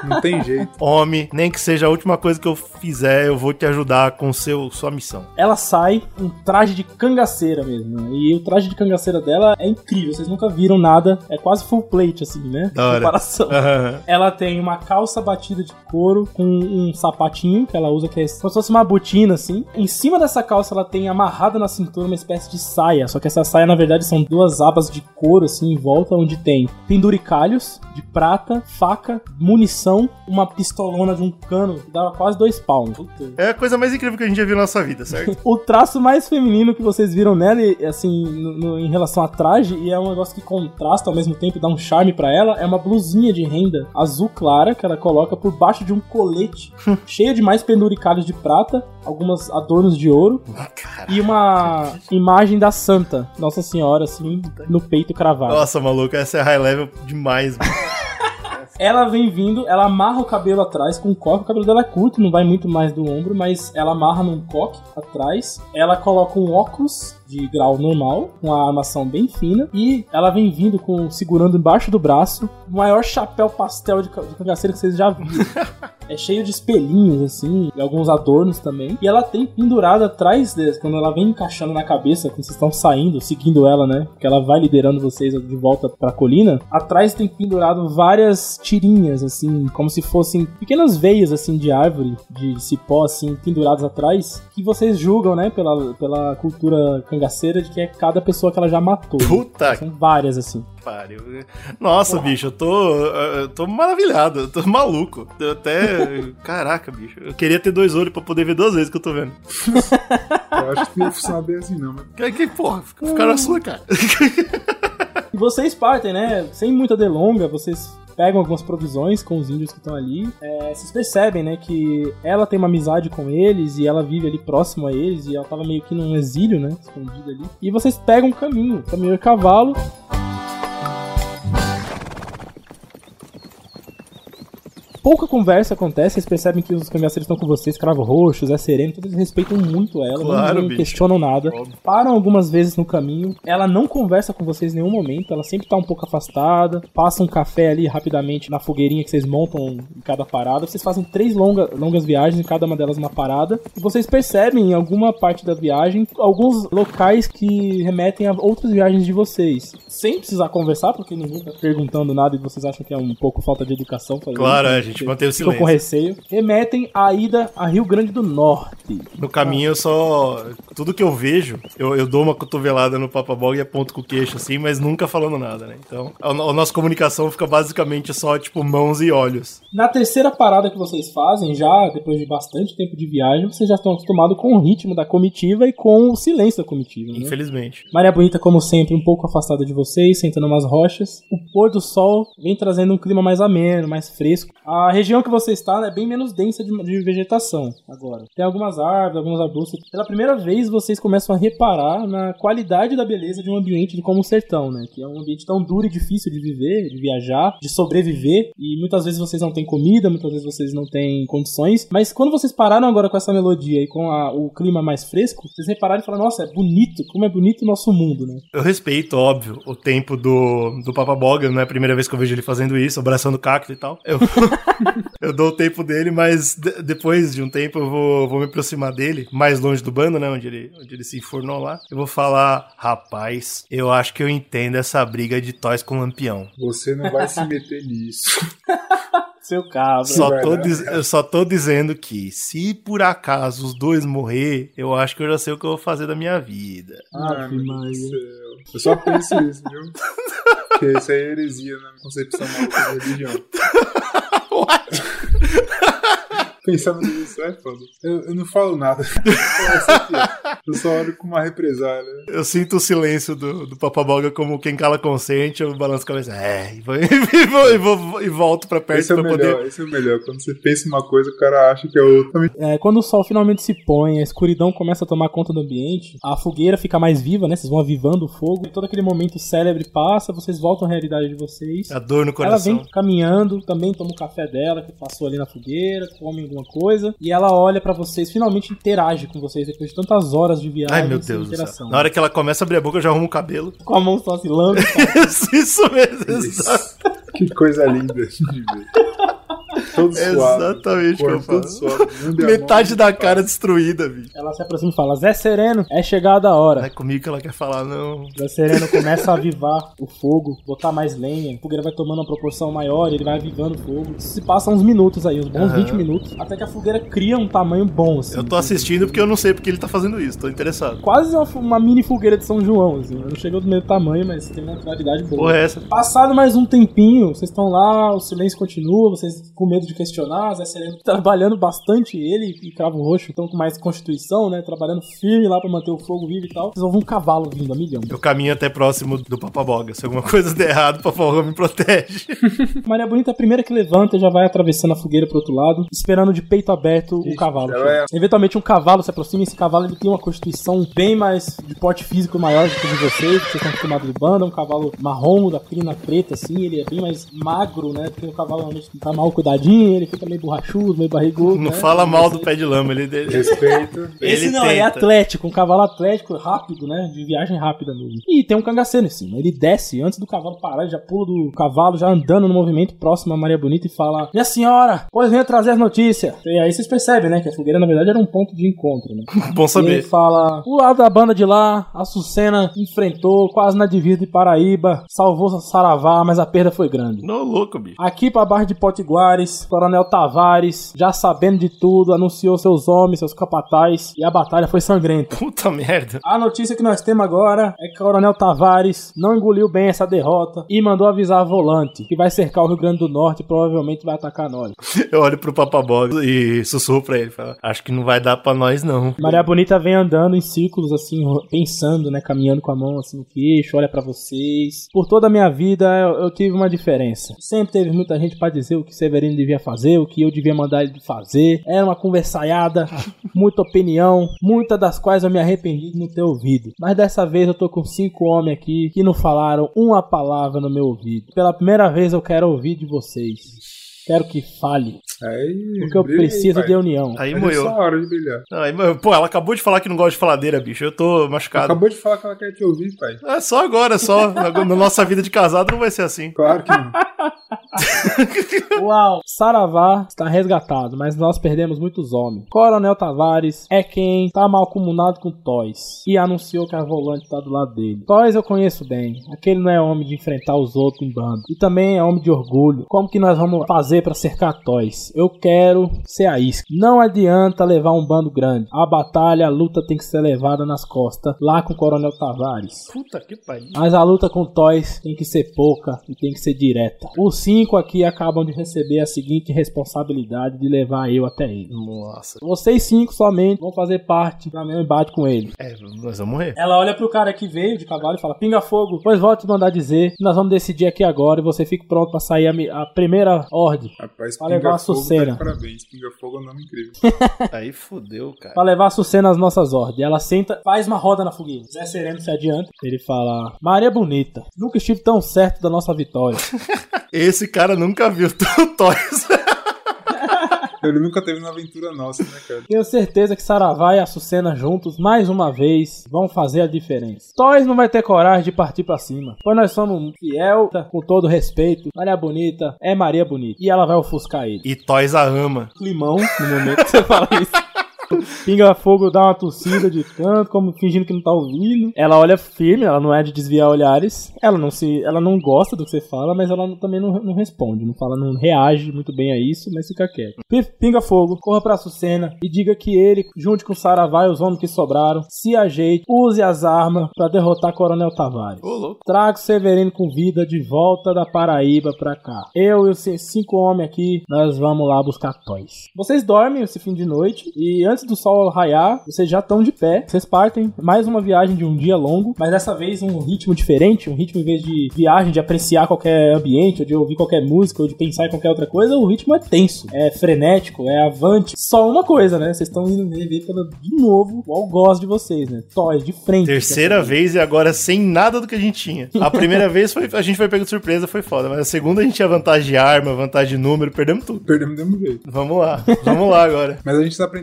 Não tem jeito. Homem, nem que seja a última coisa que eu fizer, eu vou te ajudar com seu, sua missão. Ela sai um traje de cangaceira mesmo, né? E o traje de cangaceira dela é incrível, vocês nunca viram nada, é quase full plate, assim, né? Da hora. Comparação. Uhum. Ela tem uma calça batida de couro com um sapatinho que ela usa, que é como se fosse uma botina, assim. Em cima dessa calça, ela tem amarrada na cintura uma espécie de saia, só que essa saia, na verdade, são duas abas de couro, assim, em volta, onde tem penduricalhos de prata, faca, munição, uma pistolona de um cano que dava quase dois palmos. Puta. É a coisa mais incrível que a gente já viu na nossa vida, certo? O traço mais feminino que vocês viram nela, assim, no, no, em relação a traje, e é um negócio que contrasta ao mesmo tempo e dá um charme pra ela, é uma blusinha de renda azul clara que ela coloca por baixo de um colete cheio de mais penduricalhos de prata, algumas adornos de ouro. Caraca. E uma imagem da Santa, Nossa Senhora, assim, no peito cravado. Nossa, maluco, essa é high level demais, mano. Ela vem vindo, ela amarra o cabelo atrás com um coque. O cabelo dela é curto, não vai muito mais do ombro, mas ela amarra num coque atrás. Ela coloca um óculos de grau normal, com a armação bem fina. E ela vem vindo com, segurando embaixo do braço, o maior chapéu pastel de, de cangaceiro que vocês já viram. É cheio de espelhinhos, assim, e alguns adornos também. E ela tem pendurado atrás deles, quando ela vem encaixando na cabeça, quando vocês estão saindo, seguindo ela, né? Porque ela vai liderando vocês de volta pra colina. Atrás tem pendurado várias tirinhas, assim, como se fossem pequenas veias, assim, de árvore, de cipó, assim, penduradas atrás, que vocês julgam, né, pela, pela cultura cangaceira, de que é cada pessoa que ela já matou. Puta! Né? São várias, assim. Pariu. Nossa, Porra. bicho, eu tô, eu tô maravilhado, eu tô maluco. Eu até... Caraca, bicho. Eu queria ter dois olhos pra poder ver duas vezes que eu tô vendo. Eu acho que não funciona bem assim, não. Mas... Que, que porra, fica na sua, cara. E vocês partem, né? Sem muita delonga, vocês pegam algumas provisões com os índios que estão ali. É, vocês percebem, né, que ela tem uma amizade com eles e ela vive ali próximo a eles e ela tava meio que num exílio, né, escondida ali. E vocês pegam um caminho, caminho de cavalo. Pouca conversa acontece, vocês percebem que os cangaceiros estão com vocês, Cravo Roxo, Zé Sereno, todos eles respeitam muito ela, claro, não, não questionam nada. Óbvio. Param algumas vezes no caminho, ela não conversa com vocês em nenhum momento, ela sempre tá um pouco afastada, passa um café ali rapidamente na fogueirinha que vocês montam em cada parada, vocês fazem três longa, longas viagens, em cada uma delas uma parada, e vocês percebem em alguma parte da viagem alguns locais que remetem a outras viagens de vocês, sem precisar conversar, porque ninguém tá perguntando nada e vocês acham que é um pouco falta de educação fazer claro, isso, é, gente mantém o silêncio. Ficam com receio. Remetem a ida a Rio Grande do Norte. No caminho eu só... Tudo que eu vejo, eu, eu dou uma cotovelada no Papabog e aponto com o queixo assim, mas nunca falando nada, né? Então, a, a nossa comunicação fica basicamente só, tipo, mãos e olhos. Na terceira parada que vocês fazem, já depois de bastante tempo de viagem, vocês já estão acostumados com o ritmo da comitiva e com o silêncio da comitiva, né? Infelizmente. Maria Bonita, como sempre, um pouco afastada de vocês, sentando umas rochas. O pôr do sol vem trazendo um clima mais ameno, mais fresco. A região que você está é bem menos densa de, de vegetação agora. Tem algumas árvores, alguns arbustos. Pela primeira vez, vocês começam a reparar na qualidade da beleza de um ambiente como o sertão, né? Que é um ambiente tão duro e difícil de viver, de viajar, de sobreviver. E muitas vezes vocês não têm comida, muitas vezes vocês não têm condições. Mas quando vocês pararam agora com essa melodia e com a, o clima mais fresco, vocês repararam e falaram, nossa, é bonito, como é bonito o nosso mundo, né? Eu respeito, óbvio, o tempo do, do Papaboga, não é a primeira vez que eu vejo ele fazendo isso, abraçando o cacto e tal. Eu... Eu dou o tempo dele, mas de- depois de um tempo eu vou, vou me aproximar dele, mais longe do bando, né, onde ele, onde ele se enfornou lá. Eu vou falar, rapaz, eu acho que eu entendo essa briga de Toys com Lampião. Você não vai se meter nisso. Seu cabra. Só tô diz- eu só tô dizendo que, se por acaso os dois morrer, eu acho que eu já sei o que eu vou fazer da minha vida. Ah, meu Maria. Deus do céu. Eu só penso isso, viu? Porque isso aí é heresia na concepção maluca da religião. What? Pensando nisso é foda. Eu, eu não falo nada. Eu só olho com uma represália. Eu sinto o silêncio do, do Papaboga como quem cala consente, eu balanço a cabeça, é, e, vou, e, vou, e, vou, e volto pra perto Esse é o pra melhor, poder... esse é o melhor. Quando você pensa uma coisa, o cara acha que é outra. É, quando o sol finalmente se põe, a escuridão começa a tomar conta do ambiente, a fogueira fica mais viva, né? Vocês vão avivando o fogo, e todo aquele momento célebre passa, vocês voltam à realidade de vocês. A dor no Ela coração. vem caminhando, também toma o café dela, que passou ali na fogueira, come alguma coisa, e ela olha pra vocês, finalmente interage com vocês depois de tantas horas de viagem. Ai, meu sem Deus do interação. céu. Na hora que ela começa a abrir a boca, eu já arrumo o cabelo. Com a mão só se lambe. Isso, isso mesmo, exato. Que coisa linda de ver. Todo suado. Exatamente o que eu falo. Suado, metade da cara destruída, bicho. Ela se aproxima e fala, Zé Sereno, é chegada a hora. Não é comigo que ela quer falar, não. Zé Sereno começa a avivar o fogo, botar mais lenha, a fogueira vai tomando uma proporção maior, ele vai avivando o fogo. Se passa uns minutos aí, uns bons uhum. vinte minutos, até que a fogueira cria um tamanho bom, assim. Eu tô assistindo porque eu não sei porque ele tá fazendo isso, tô interessado. Quase uma, uma mini fogueira de São João, assim. Não chegou do mesmo tamanho, mas tem uma qualidade boa. Porra, é essa? Passado mais um tempinho, vocês estão lá, o silêncio continua, vocês com medo de questionar, Zé Sereno trabalhando bastante, ele e Cravo Roxo estão com mais constituição, né? Trabalhando firme lá pra manter o fogo vivo e tal. Vocês ouvem um cavalo vindo a milhão. Eu caminho até próximo do Papaboga. Se alguma coisa der errado, o Papaboga me protege. Maria Bonita é a primeira que levanta e já vai atravessando a fogueira pro outro lado, esperando de peito aberto o cavalo. É... Eventualmente um cavalo se aproxima e esse cavalo ele tem uma constituição bem mais de porte físico maior do que o de vocês, vocês estão acostumados de banda, um cavalo marrom, da crina preta, assim, ele é bem mais magro, né? Porque o cavalo realmente tá mal cuidadinho, ele fica meio borrachudo, meio barrigudo. Não né? fala mal do pé de lama, ele... Respeito. Esse ele não, tenta. é atlético, um cavalo atlético, rápido, né? De viagem rápida mesmo. E tem um cangaceiro em cima, ele desce antes do cavalo parar, ele já pula do cavalo, já andando no movimento próximo a Maria Bonita e fala: minha senhora, pois venha trazer as notícias. E aí vocês percebem, né? Que a fogueira, na verdade, era um ponto de encontro, né? Bom saber. E ele fala: o lado da banda de lá, a Sucena enfrentou quase na divisa de Paraíba, salvou Saravá, mas a perda foi grande. Não, louco, bicho. Aqui pra Barra de Potiguares, Coronel Tavares, já sabendo de tudo, anunciou seus homens, seus capatazes, e a batalha foi sangrenta. Puta merda. A notícia que nós temos agora é que o Coronel Tavares não engoliu bem essa derrota e mandou avisar a Volante, que vai cercar o Rio Grande do Norte e provavelmente vai atacar nós. Eu olho pro Papaboga e sussurro pra ele, falo, acho que não vai dar pra nós, não. Maria Bonita vem andando em círculos, assim, pensando, né, caminhando com a mão assim no queixo, olha pra vocês. Por toda a minha vida eu, eu tive uma diferença. Sempre teve muita gente pra dizer o que Severino devia fazer, o que eu devia mandar ele fazer. Era uma conversaiada, muita opinião, muitas das quais eu me arrependi de não ter ouvido. Mas dessa vez eu tô com cinco homens aqui que não falaram uma palavra no meu ouvido. Pela primeira vez eu quero ouvir de vocês. Quero que fale. Aí, porque eu preciso aí, de união. Aí Mas moiou. É só a hora de brilhar. Não, aí, pô, ela acabou de falar que não gosta de faladeira, bicho. Eu tô machucado. Acabou de falar que ela quer te ouvir, pai. É só agora, só. Na, na nossa vida de casado não vai ser assim. Claro que não. Uau! Saravá está resgatado, mas nós perdemos muitos homens. Coronel Tavares é quem está mal comunado com Toys e anunciou que a Volante está do lado dele. Toys eu conheço bem. Aquele não é homem de enfrentar os outros em bando. E também é homem de orgulho. Como que nós vamos fazer para cercar Toys? Eu quero ser a isca. Não adianta levar um bando grande. A batalha, a luta tem que ser levada nas costas, lá com o Coronel Tavares. Puta que pariu. Mas a luta com Toys tem que ser pouca e tem que ser direta. Os cinco aqui acabam de receber a seguinte responsabilidade de levar eu até ele. Nossa. Vocês cinco somente vão fazer parte do meu embate com ele. É, nós vamos morrer. Ela olha pro cara que veio de cavalo e fala: pinga fogo, pois volte mandar dizer que nós vamos decidir aqui agora e você fica pronto pra sair a, a primeira ordem. Rapaz, pra levar a Sucena. Tá parabéns, Pinga Fogo é um nome incrível. Aí fudeu, cara. Pra levar a Sucena às nossas ordens. Ela senta, faz uma roda na fogueira. Zé Sereno se adianta. Ele fala: Maria Bonita, nunca estive tão certo da nossa vitória. Esse cara nunca viu o Toys. Ele nunca teve na aventura nossa, né, cara? Tenho certeza que Saravá e a Sucena juntos, mais uma vez, vão fazer a diferença. Toys não vai ter coragem de partir pra cima, pois nós somos fiel, com todo respeito. Maria Bonita é Maria Bonita, e ela vai ofuscar ele. E Toys a ama. Climão, no momento que você fala isso. Pinga Fogo dá uma tossida de canto, como fingindo que não tá ouvindo. Ela olha firme, ela não é de desviar olhares. Ela não se, ela não gosta do que você fala, mas ela não, também não, não responde, não fala, não reage muito bem a isso, mas fica quieto. Pinga Fogo, corra pra Sucena e diga que ele, junto com Saravá e os homens que sobraram, se ajeite, use as armas pra derrotar Coronel Tavares. Ô, louco. Traga o Severino com vida de volta da Paraíba pra cá. Eu e os cinco homens aqui, nós vamos lá buscar Toys. Vocês dormem esse fim de noite e antes do sol raiar, vocês já estão de pé. Vocês partem mais uma viagem de um dia longo, mas dessa vez um ritmo diferente, um ritmo em vez de viagem, de apreciar qualquer ambiente, ou de ouvir qualquer música, ou de pensar em qualquer outra coisa, o ritmo é tenso, é frenético, é avante. Só uma coisa, né? Vocês estão indo ver pela, de novo o algoz de vocês, né? Toys, de frente. Terceira vez e agora sem nada do que a gente tinha. A primeira vez foi, a gente foi pego de surpresa, foi foda, mas a segunda a gente tinha vantagem de arma, vantagem de número, perdemos tudo. Perdemos do mesmo jeito. Vamos lá, vamos lá agora. Mas a gente aprendeu a lição.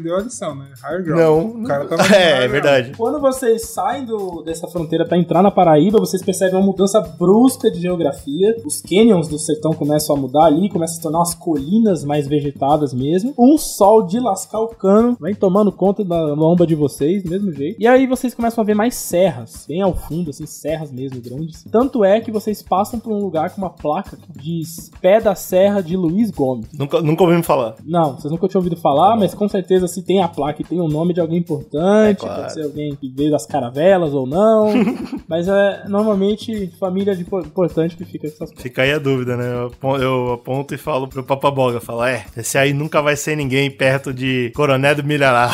direção, né? Higher ground. Não. O cara tava no É, higher é ground. verdade. Quando vocês saem do, dessa fronteira pra entrar na Paraíba, vocês percebem uma mudança brusca de geografia. Os canyons do sertão começam a mudar ali, começam a se tornar umas colinas mais vegetadas mesmo. Um sol de lascar o cano vem tomando conta da lomba de vocês, do mesmo jeito. E aí vocês começam a ver mais serras, bem ao fundo, assim, serras mesmo grandes. Tanto é que vocês passam por um lugar com uma placa que diz Pé da Serra de Luiz Gomes. Nunca, nunca ouvi me falar. Não, vocês nunca tinham ouvido falar, mas com certeza se tem a placa e tem o nome de alguém importante, É claro. pode ser alguém que veio das caravelas ou não, mas é normalmente família de po- importante que fica com essas coisas. Fica aí a dúvida, né? Eu apon- Eu aponto e falo pro Papaboga, falo, é, esse aí nunca vai ser ninguém perto de Coronel do Milharal.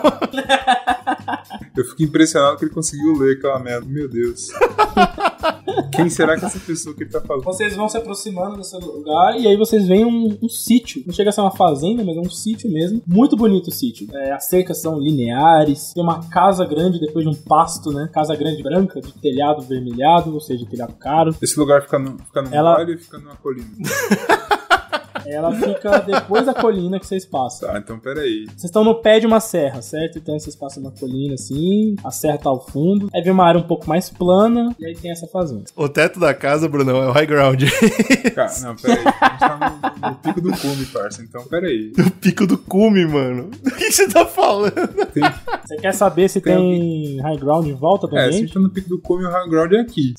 Eu fico impressionado que ele conseguiu ler aquela merda. Meu Deus. Quem será que é essa pessoa que ele tá falando? Vocês vão se aproximando desse lugar e aí vocês veem um, um sítio. Não chega a ser uma fazenda, mas é um sítio mesmo. Muito bonito o sítio. É, as cercas são lineares. Tem uma casa grande depois de um pasto, né? Casa grande branca, de telhado vermelhado, ou seja, telhado caro. Esse lugar fica, no, fica num Ela- vale ou fica numa colina? Ela fica depois da colina que vocês passam. Tá, então peraí. Vocês estão no pé de uma serra, certo? Então vocês passam na colina assim, a serra tá ao fundo. Aí vem uma área um pouco mais plana e aí tem essa fazenda. O teto da casa, Brunão, é o high ground. Cara, não, peraí. A gente tá no, no pico do cume, parça. Então peraí. O pico do cume, mano. O que você tá falando? Tem... Você quer saber se Tem tem, high ground em volta do É, se a ambiente? gente tá no pico do cume, o high ground é aqui.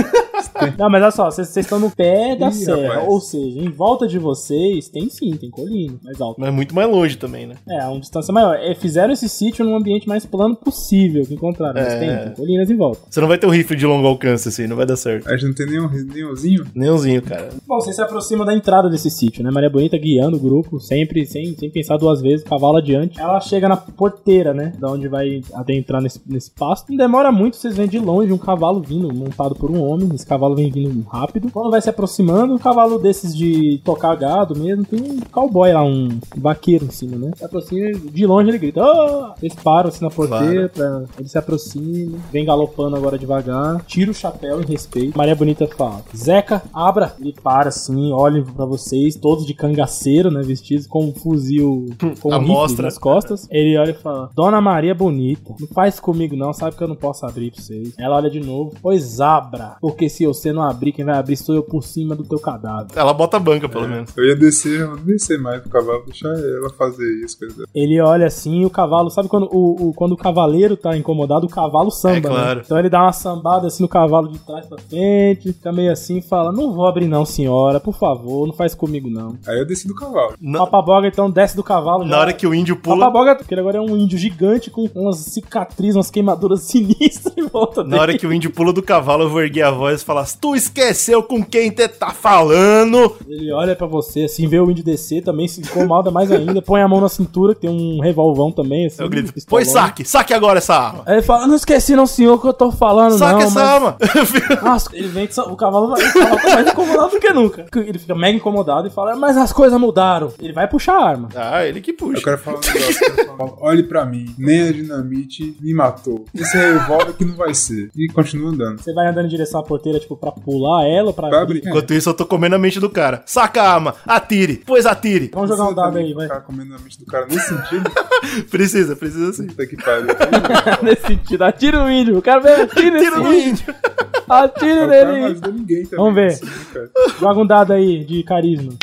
Não, mas olha só, vocês vocês estão no pé da Ih, serra, rapaz. ou seja, em volta de vocês tem sim, tem colina mais alta. Mas muito mais longe também, né? É, uma distância maior. É, fizeram esse sítio num ambiente mais plano possível que encontraram, mas É. tem, tem colinas em volta. Você não vai ter um rifle de longo alcance assim, não vai dar certo. A gente não tem nenhum nenhumzinho. Nenhumzinho, cara. Bom, vocês se aproximam da entrada desse sítio, né? Maria Bonita guiando o grupo, sempre, sem, sem pensar duas vezes, cavalo adiante. Ela chega na porteira, né? Da onde vai adentrar nesse, nesse pasto. Não demora muito, vocês veem de longe um cavalo vindo, montado por um homem. Esse cavalo vem vindo rápido. Quando vai se aproximando, um cavalo desses de tocar gado mesmo, tem um cowboy lá, um vaqueiro em cima, né? Se aproxima, de longe ele grita, oh! Eles param assim na porteira, pra, ele se aproxima, vem galopando agora devagar, tira o chapéu em respeito. Maria Bonita fala, Zeca, abra. Ele para assim, olha pra vocês, todos de cangaceiro, né? Vestidos com um fuzil, com um A rifle mostra. nas costas. Ele olha e fala, Dona Maria Bonita, não faz comigo não, sabe que eu não posso abrir pra vocês. Ela olha de novo, pois abra, porque se você não abrir, quem vai abrir sou eu por cima do teu cadáver. Ela bota a banca, pelo menos. Eu ia descer, eu não descer mais pro cavalo, deixar ela fazer isso. Coisa. Ele olha assim e o cavalo, sabe quando o, o- quando o cavaleiro tá incomodado, o cavalo samba, É claro. né? Então ele dá uma sambada assim no cavalo de trás pra frente, fica meio assim e fala, não vou abrir não, senhora, por favor, não faz comigo não. Aí eu desci do cavalo. Na, Papaboga então desce do cavalo. na hora que o índio pula. Papaboga, porque ele agora é um índio gigante com umas cicatrizes, umas queimaduras sinistras em volta dele. Na hora que o índio pula do cavalo, eu vou erguer a voz e falar: Tu esqueceu com quem te tá falando? Ele olha pra você, assim, vê o índio descer, também se incomoda mais ainda, põe a mão na cintura, que tem um revolvão também, assim. Eu grito: pistolão. Pois saque, saque agora essa arma. Aí ele fala, não esqueci não, senhor, que eu tô falando, Saque não. essa mas... arma. Nossa, ele vem, que o cavalo vai, o cavalo tá mais incomodado do que nunca. Ele fica mega incomodado e fala, mas as coisas mudaram. Ele vai puxar a arma. Ah, ele que Eu puxa. quero falar um negócio. Eu quero falar, olhe pra mim, nem a dinamite me matou. Esse revólver que não vai ser. E continua andando. Você vai andando em direção à porteira, tipo, pra pular ela, pra... Pra abrir. Enquanto isso, eu tô comendo a mente do cara. Saca a arma, atire, pois atire. Vamos jogar um dado aí, vai. Ficar comendo a mente do cara nesse sentido. Precisa, precisa sim. Puta que pariu. Nesse sentido, atira o índio. O cara vem, atira esse Tira o índio. Atira O cara não nele. ajuda ninguém também. Vamos ver. assim, né, cara? Joga um dado aí de carisma.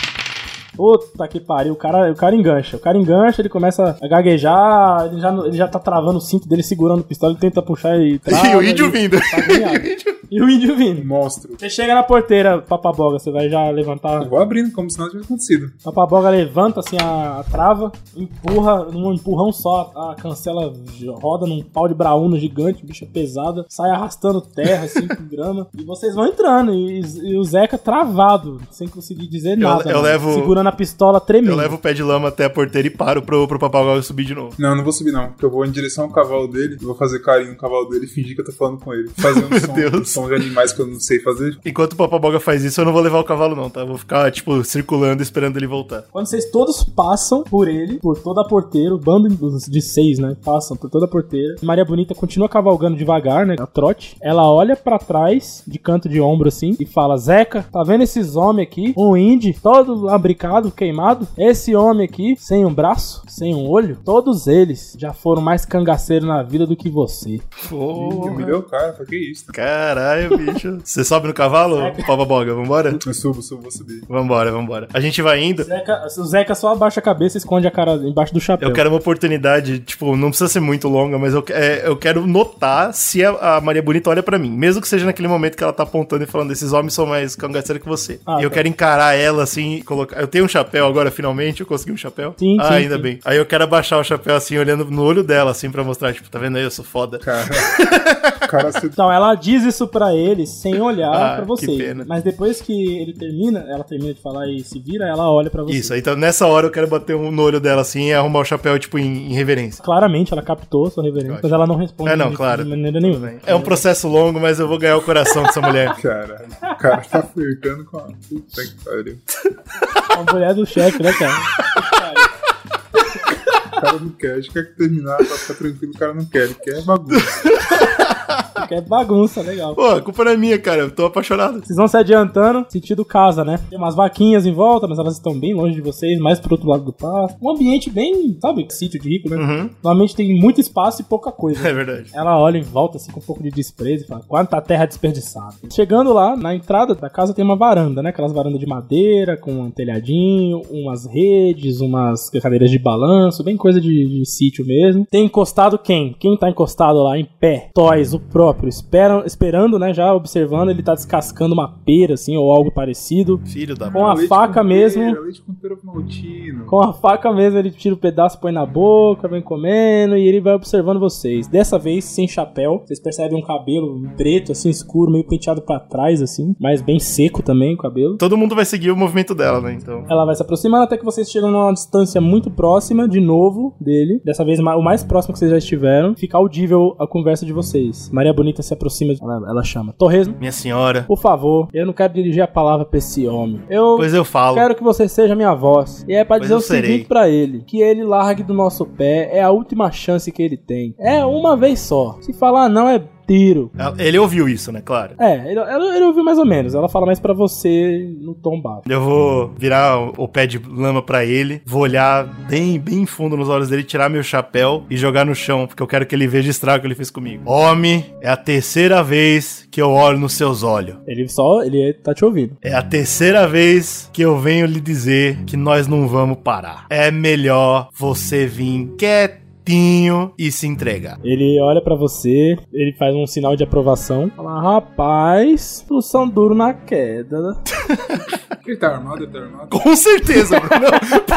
Puta que pariu, o cara, o cara engancha. O cara engancha, ele começa a gaguejar, ele já, ele já tá travando o cinto dele, segurando o pistola, ele tenta puxar e trava. E o índio e- vindo. tá ganhado. E o índio vindo. Monstro. Você chega na porteira, Papaboga, você vai já levantar. Eu vou abrindo como se nada tivesse acontecido. Papaboga levanta assim a, a trava, empurra, num empurrão só, a cancela roda num pau de braúna gigante, bicha pesada, sai arrastando terra, assim, com grama, e vocês vão entrando, e, e o Zeca travado, sem conseguir dizer nada. eu né? levo- Segurando a pistola tremendo. Eu levo o pé de lama até a porteira e paro pro, pro papagaio subir de novo. Não, não vou subir não, porque eu vou em direção ao cavalo dele, eu vou fazer carinho no cavalo dele e fingir que eu tô falando com ele. Fazer um som, Deus. um são os animais que eu não sei fazer. Enquanto o Papaboga faz isso, eu não vou levar o cavalo não, tá? Eu vou ficar, tipo, circulando, esperando ele voltar. Quando vocês todos passam por ele, por toda a porteira, o bando de seis, né? Passam por toda a porteira. Maria Bonita continua cavalgando devagar, né? A trote. Ela olha pra trás, de canto de ombro assim, e fala: Zeca, tá vendo esses homens aqui? Um índio, todo abricado, queimado. Esse homem aqui, sem um braço, sem um olho. Todos eles já foram mais cangaceiros na vida do que você. Pô, Humilhou o cara, foi que isso. caralho, bicho. Você sobe no cavalo, Papaboga? Vambora? Eu subo, subo, vou subir. Vambora, vambora. A gente vai indo. Zeca, o Zeca só abaixa a cabeça e esconde a cara embaixo do chapéu. Eu quero uma oportunidade, tipo, não precisa ser muito longa, mas eu, é, eu quero notar se a, a Maria Bonita olha pra mim. Mesmo que seja naquele momento que ela tá apontando e falando: esses homens são mais cangaceiros que você. Ah, e eu tá. quero encarar ela assim e colocar. Eu tenho um chapéu agora, finalmente. Eu consegui um chapéu? Sim, ah, sim, ainda sim. bem. Aí eu quero abaixar o chapéu assim, olhando no olho dela, assim, pra mostrar, tipo, tá vendo aí? Eu sou foda. Cara, cara, você... Então ela diz isso pra ele sem olhar Ah, pra que você. pena. Mas depois que ele termina, ela termina de falar e se vira, ela olha pra você. Isso, então nessa hora eu quero bater um no olho dela assim e arrumar o chapéu, tipo, em, em reverência. Claramente ela captou sua reverência, mas ela não responde É, não, de, claro. de maneira nenhuma. É um processo longo, mas eu vou ganhar o coração dessa mulher. Caralho, o cara tá flertando com a puta que pariu. A mulher do chefe, né, cara? O cara não quer, a gente quer terminar pra ficar tranquilo, o cara não quer, ele quer bagunça. Que é bagunça, legal. Pô, a culpa não é minha, cara. Eu tô apaixonado. Vocês vão se adiantando, sentido casa, né? Tem umas vaquinhas em volta, mas elas estão bem longe de vocês, mais pro outro lado do pasto. Um ambiente bem, sabe, sítio de rico, né? Uhum. Normalmente tem muito espaço e pouca coisa. É verdade. Ela olha em volta, assim, com um pouco de desprezo e fala: quanta terra desperdiçada. Chegando lá, na entrada da casa tem uma varanda, né? Aquelas varandas de madeira, com um telhadinho, umas redes, umas cadeiras de balanço, bem coisa de, de sítio mesmo. Tem encostado quem? Quem tá encostado lá, em pé? Toys, o próprio. Espera, esperando, né? Já observando, ele tá descascando uma pera, assim, ou algo parecido. Filho da... Com a Leite faca com mesmo. pera, leite com pera maltino. Com a faca mesmo, ele tira o pedaço, põe na boca, vem comendo e ele vai observando vocês. Dessa vez, sem chapéu. Vocês percebem um cabelo preto, assim, escuro, meio penteado pra trás, assim. Mas bem seco também, o cabelo. Todo mundo vai seguir o movimento dela, né? Então... Ela vai se aproximando até que vocês chegam numa distância muito próxima, de novo, dele. Dessa vez, o mais próximo que vocês já estiveram. Fica audível a conversa de vocês. Maria Bonita se aproxima, ela, ela chama: Torresmo, Minha senhora... por favor, eu não quero dirigir a palavra pra esse homem. Eu... Pois eu falo. Quero que você seja minha voz. E é pra Pois dizer eu o seguinte serei. pra ele: que ele largue do nosso pé. É a última chance que ele tem. É uma vez só. Se falar não, é tiro. Ele ouviu isso, né? Claro. É, ele, ele, ele ouviu mais ou menos. Ela fala mais pra você no tom baixo. Eu vou virar o, o pé de lama pra ele, vou olhar bem, bem fundo nos olhos dele, tirar meu chapéu e jogar no chão, porque eu quero que ele veja o estrago que ele fez comigo. Homem, é a terceira vez que eu olho nos seus olhos. Ele só, ele tá te ouvindo. É a terceira vez que eu venho lhe dizer que nós não vamos parar. É melhor você vir quietinho e se entregar. Ele olha pra você, ele faz um sinal de aprovação. Fala: rapaz, tu são duro na queda, né? Ele tá armado, ele tá armado. Com certeza, Brunão.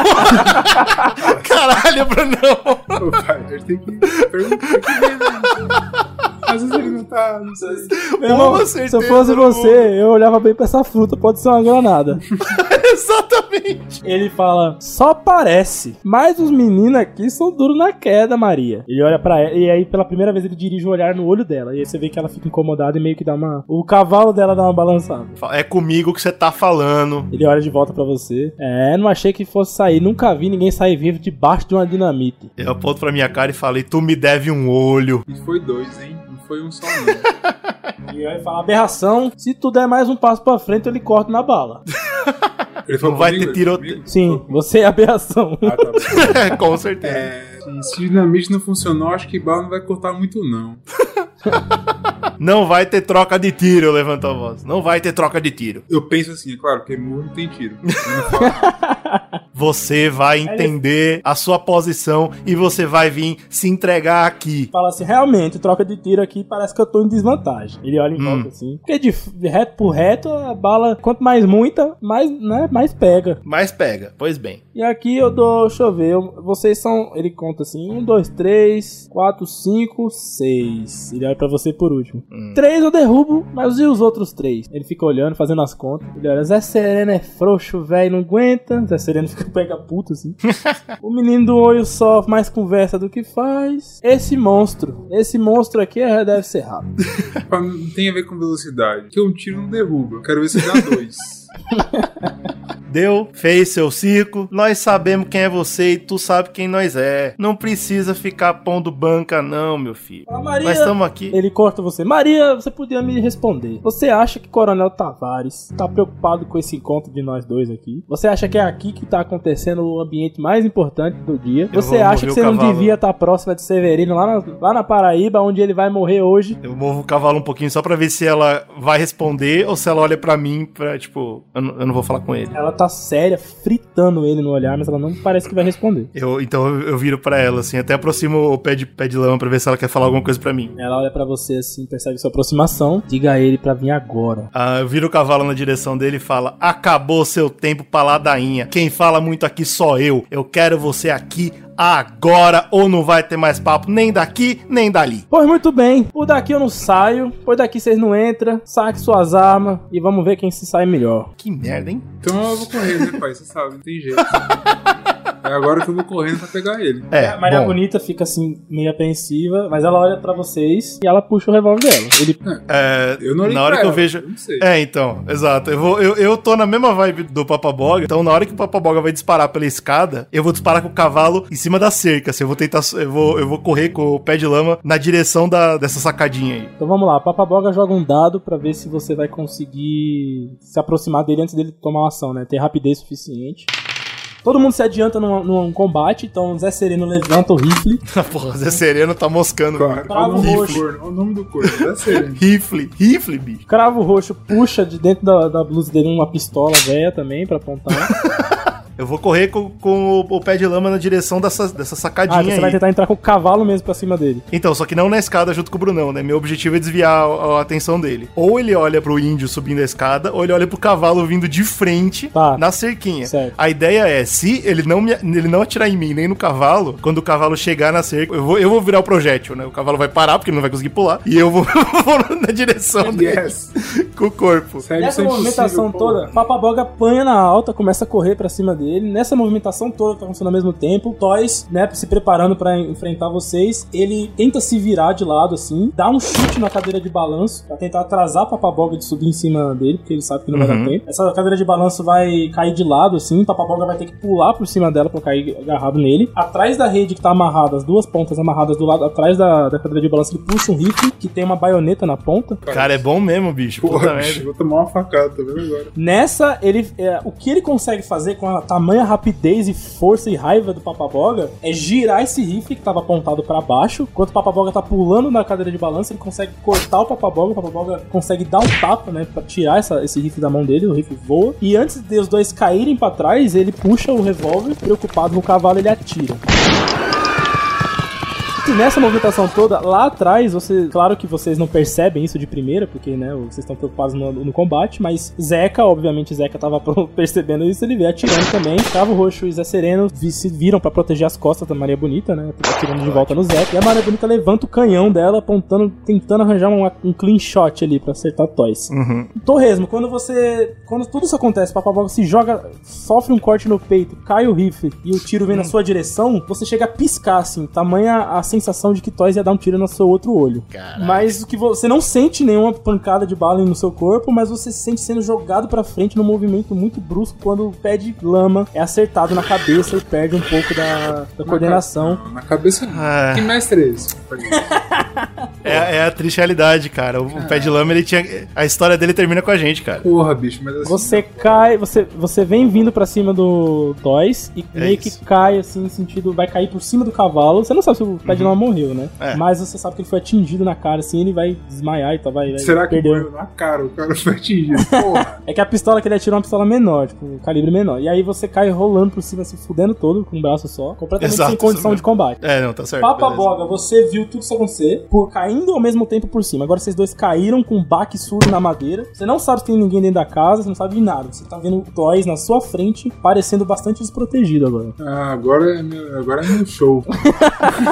Porra. Caralho, Brunão. Ô, pai, ele tem que perguntar que vem, né? Às vezes ele não tá, não sei. Meu irmão, Com se eu certeza, fosse não. você, eu olhava bem pra essa fruta, pode ser uma granada. Exatamente. Ele fala: só parece, mas os meninos aqui são duros na queda, Maria. Ele olha pra ela, e aí pela primeira vez ele dirige o olhar no olho dela, e aí você vê que ela fica incomodada e meio que dá uma... O cavalo dela dá uma balançada. É comigo que você tá falando. Ele olha de volta pra você. É, não achei que fosse sair, nunca vi ninguém sair vivo debaixo de uma dinamite. Eu aponto pra minha cara e falei: tu me deve um olho. E foi dois, hein? Não foi um só, não. E aí fala: aberração, se tu der mais um passo pra frente, eu lhe corto na bala. Ele falou Não vai comigo, ter ele falou tiroteio. comigo? Sim, você é aberração. Ah, tá bom. Com certeza. É, se dinamite não funcionou, acho que bala não vai cortar muito, não. Não vai ter troca de tiro, eu levanto a voz. Não vai ter troca de tiro. Eu penso assim, é claro, porque murro não tem tiro. Eu não falo nada. Você vai entender a sua posição e você vai vir se entregar aqui. Fala assim: realmente, troca de tiro aqui parece que eu tô em desvantagem. Ele olha em Hum. volta assim. Porque de de reto por reto, a bala, quanto mais muita, mais, né, mais pega. Mas pega, pois bem. E aqui eu dou, deixa eu ver, eu- vocês são, ele conta assim: um, dois, três, quatro, cinco, seis. Ele olha pra você por último. Hum. Três eu derrubo, mas e os outros três? Ele fica olhando, fazendo as contas. Ele olha, Zé Sereno é frouxo, velho, não aguenta. Zé Sereno fica pega puto, assim. O menino do olho só mais conversa do que faz. Esse monstro, esse monstro aqui é, deve ser rápido. Não tem a ver com velocidade. Que um tiro não derruba. Eu quero ver se dá dois. Deu, fez seu circo, nós sabemos quem é você e tu sabe quem nós é. Não precisa ficar pondo banca não, meu filho. Ah, Maria, nós estamos aqui. Ele corta você. Maria, você podia me responder. Você acha que Coronel Tavares tá preocupado com esse encontro de nós dois aqui? Você acha que é aqui que tá acontecendo o ambiente mais importante do dia? Eu Você acha que você não devia estar próxima de Severino, lá na, lá na Paraíba, onde ele vai morrer hoje? Eu movo o cavalo um pouquinho só pra ver se ela vai responder ou se ela olha pra mim pra, tipo, eu não, eu não vou falar com ele. Ela tá séria, fritando ele no olhar, mas ela não parece que vai responder. Eu, então eu, eu viro pra ela, assim, até aproximo o pé de, pé de lama pra ver se ela quer falar alguma coisa pra mim. Ela olha pra você assim, percebe sua aproximação, diga a ele pra vir agora. Ah, eu viro o cavalo na direção dele e falo, acabou seu tempo pra ladainha. Quem fala muito aqui só eu. Eu quero você aqui agora ou não vai ter mais papo nem daqui, nem dali. Pois muito bem, por daqui eu não saio, por daqui vocês não entram, saque suas armas e vamos ver quem se sai melhor. Que merda, hein? Então eu vou correr, né, pai? Você sabe, não tem jeito. É agora que eu vou correndo pra pegar ele. É, a Maria bom. Bonita fica assim, meio apreensiva, mas ela olha pra vocês e ela puxa o revólver dela. Ele... É, Eu não olhei na hora pra que eu ela, vejo. eu não sei. É, então, exato. Eu, vou, eu, eu tô na mesma vibe do Papaboga, então na hora que o Papaboga vai disparar pela escada, eu vou disparar com o cavalo em cima da cerca. Assim, eu vou tentar. Eu vou, eu vou correr com o pé de lama na direção da, dessa sacadinha aí. Então vamos lá, Papaboga joga um dado pra ver se você vai conseguir se aproximar dele antes dele tomar uma ação, né? Ter rapidez suficiente. Todo mundo se adianta num, num combate, então Zé Sereno levanta o rifle. Porra, Zé Sereno tá moscando. Claro, Cravo olha o nome roxo. do corno, olha o nome do corno, é sério. Rifle, rifle, bicho. Cravo Roxo puxa de dentro da, da blusa dele uma pistola velha também pra apontar. Eu vou correr com, com o, o pé de lama na direção dessa, dessa sacadinha Ah, você aí. vai tentar entrar com o cavalo mesmo pra cima dele. Então, só que não na escada junto com o Brunão, né? Meu objetivo é desviar a, a atenção dele. Ou ele olha pro índio subindo a escada, ou ele olha pro cavalo vindo de frente Tá. na cerquinha. Certo. A ideia é, se ele não, me, ele não atirar em mim nem no cavalo, quando o cavalo chegar na cerca, eu vou, eu vou virar o projétil, né? O cavalo vai parar, porque ele não vai conseguir pular, e eu vou, vou na direção dele Yes. com o corpo. Sério, Nessa isso é movimentação impossível, toda, Papaboga apanha na alta, começa a correr pra cima dele. Nessa movimentação toda, tá acontecendo ao mesmo tempo. Toys, né, se preparando pra enfrentar vocês. Ele tenta se virar de lado, assim, dá um chute na cadeira de balanço pra tentar atrasar Papaboga de subir em cima dele, porque ele sabe que não vai Uhum. dar tempo. Essa cadeira de balanço vai cair de lado, assim. Papaboga vai ter que pular por cima dela pra cair agarrado nele. Atrás da rede que tá amarrada, as duas pontas amarradas do lado, atrás da, da cadeira de balanço, ele puxa um rifle que tem uma baioneta na ponta. Cara, é bom mesmo, bicho. Puta Porra, merda. bicho, vou tomar uma facada, tá vendo agora? Nessa, ele, é, o que ele consegue fazer com a tamanha rapidez e força e raiva do Papaboga é girar esse rifle que tava apontado pra baixo. Enquanto o Papaboga tá pulando na cadeira de balanço, ele consegue cortar o Papaboga. O Papaboga consegue dar um tapa, né, pra tirar essa, esse rifle da mão dele. O rifle voa. E antes de os dois caírem pra trás, ele puxa o revólver. Preocupado com o cavalo, ele atira. E nessa movimentação toda, lá atrás, você, claro que vocês não percebem isso de primeira, porque, né, vocês estão preocupados no, no combate, mas Zeca, obviamente, Zeca tava percebendo isso, ele veio atirando também. Cravo Roxo e Zé Sereno vi, se viram pra proteger as costas da Maria Bonita, né, atirando de volta no Zeca. E a Maria Bonita levanta o canhão dela, apontando, tentando arranjar um, um clean shot ali pra acertar Toys. Uhum. Torresmo, quando você... Quando tudo isso acontece, o Papaboga se joga, sofre um corte no peito, cai o rifle e o tiro vem na sua direção, você chega a piscar, assim, tamanha a sensação de que Toys ia dar um tiro no seu outro olho. Caraca. Mas o que você não sente nenhuma pancada de bala no seu corpo, mas você se sente sendo jogado pra frente num movimento muito brusco quando o pé de lama é acertado na cabeça e perde um pouco da, da coordenação. Não, na cabeça não. Ah. Que mestre é esse? É, é a triste realidade, cara. O, o pé de lama, ele tinha. A história dele termina com a gente, cara. Porra, bicho, mas assim... Você cai, você, você vem vindo pra cima do Toys e É meio que isso. cai assim, no sentido, vai cair por cima do cavalo. Você não sabe se o pé de lama morreu, né? É. Mas você sabe que ele foi atingido na cara, assim, ele vai desmaiar e tal, vai, vai Será que perder. morreu na cara? O cara foi atingido. Porra. É que a pistola que ele atirou é uma pistola menor, tipo, um calibre menor. E aí você cai rolando por cima, se fudendo todo, com um braço só, completamente Exato, sem condição isso de combate. É, não, tá certo. Papaboga, você viu tudo isso acontecer, por caindo ao mesmo tempo por cima. Agora vocês dois caíram com um baque surdo na madeira. Você não sabe se tem ninguém dentro da casa, você não sabe de nada. Você tá vendo o Toys na sua frente, parecendo bastante desprotegido agora. Ah, agora é meu, agora é meu show.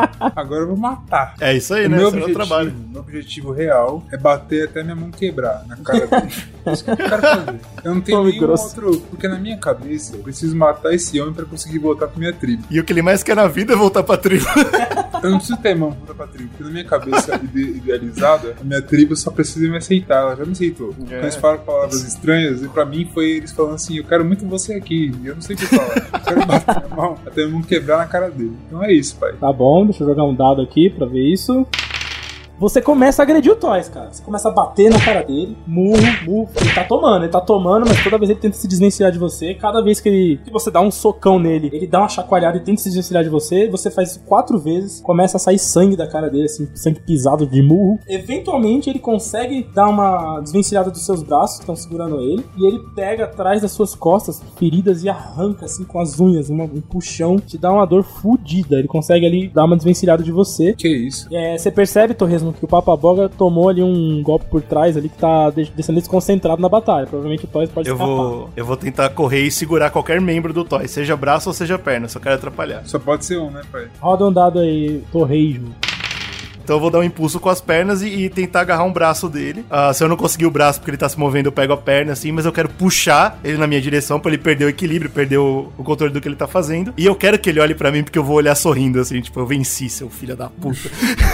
Agora eu vou matar. É isso aí, o né? Meu Esse é o objetivo, trabalho. meu objetivo real é bater até minha mão quebrar na cara dele. É isso que eu quero fazer. Eu não tenho Tome nenhum grosso. outro... Porque na minha cabeça, eu preciso matar esse homem pra conseguir voltar pra minha tribo. E o que ele mais quer na vida é voltar pra tribo. Eu não preciso ter mão pra voltar pra tribo. Porque na minha cabeça ide- idealizada, a minha tribo só precisa me aceitar. Ela já me aceitou. É. Quando eles falam palavras estranhas, e pra mim foi eles falando assim, eu quero muito você aqui. E eu não sei o que falar. Eu quero bater minha mão até minha mão quebrar na cara dele. Então é isso, pai. Tá bom, deixa eu jogar um dado aqui pra ver isso. Você começa a agredir o Toys, cara. Você começa a bater na cara dele. Murro, murro. Ele tá tomando, ele tá tomando, mas toda vez ele tenta se desvencilhar de você. Cada vez que, ele, que você dá um socão nele, ele dá uma chacoalhada e tenta se desvencilhar de você. Você faz isso quatro vezes. Começa a sair sangue da cara dele, assim, sangue pisado de murro. Eventualmente, ele consegue dar uma desvencilhada dos seus braços, que estão segurando ele. E ele pega atrás das suas costas, feridas, e arranca, assim, com as unhas, uma, um puxão. Te dá uma dor fodida. Ele consegue ali dar uma desvencilhada de você. Que isso? É, você percebe, Torresmo, que o Papa Boga tomou ali um golpe por trás ali que tá de- deixando ele desconcentrado na batalha. Provavelmente o Toys pode Eu escapar. vou, eu vou tentar correr e segurar qualquer membro do Toy, seja braço ou seja perna, só quero atrapalhar. Só pode ser um, né, pai? Roda um dado aí, Torresmo. Então eu vou dar um impulso com as pernas e, e tentar agarrar um braço dele. Ah, se eu não conseguir o braço porque ele tá se movendo, eu pego a perna assim, mas eu quero puxar ele na minha direção pra ele perder o equilíbrio, perder o, o controle do que ele tá fazendo. E eu quero que ele olhe pra mim porque eu vou olhar sorrindo assim, tipo, eu venci, seu filho da puta.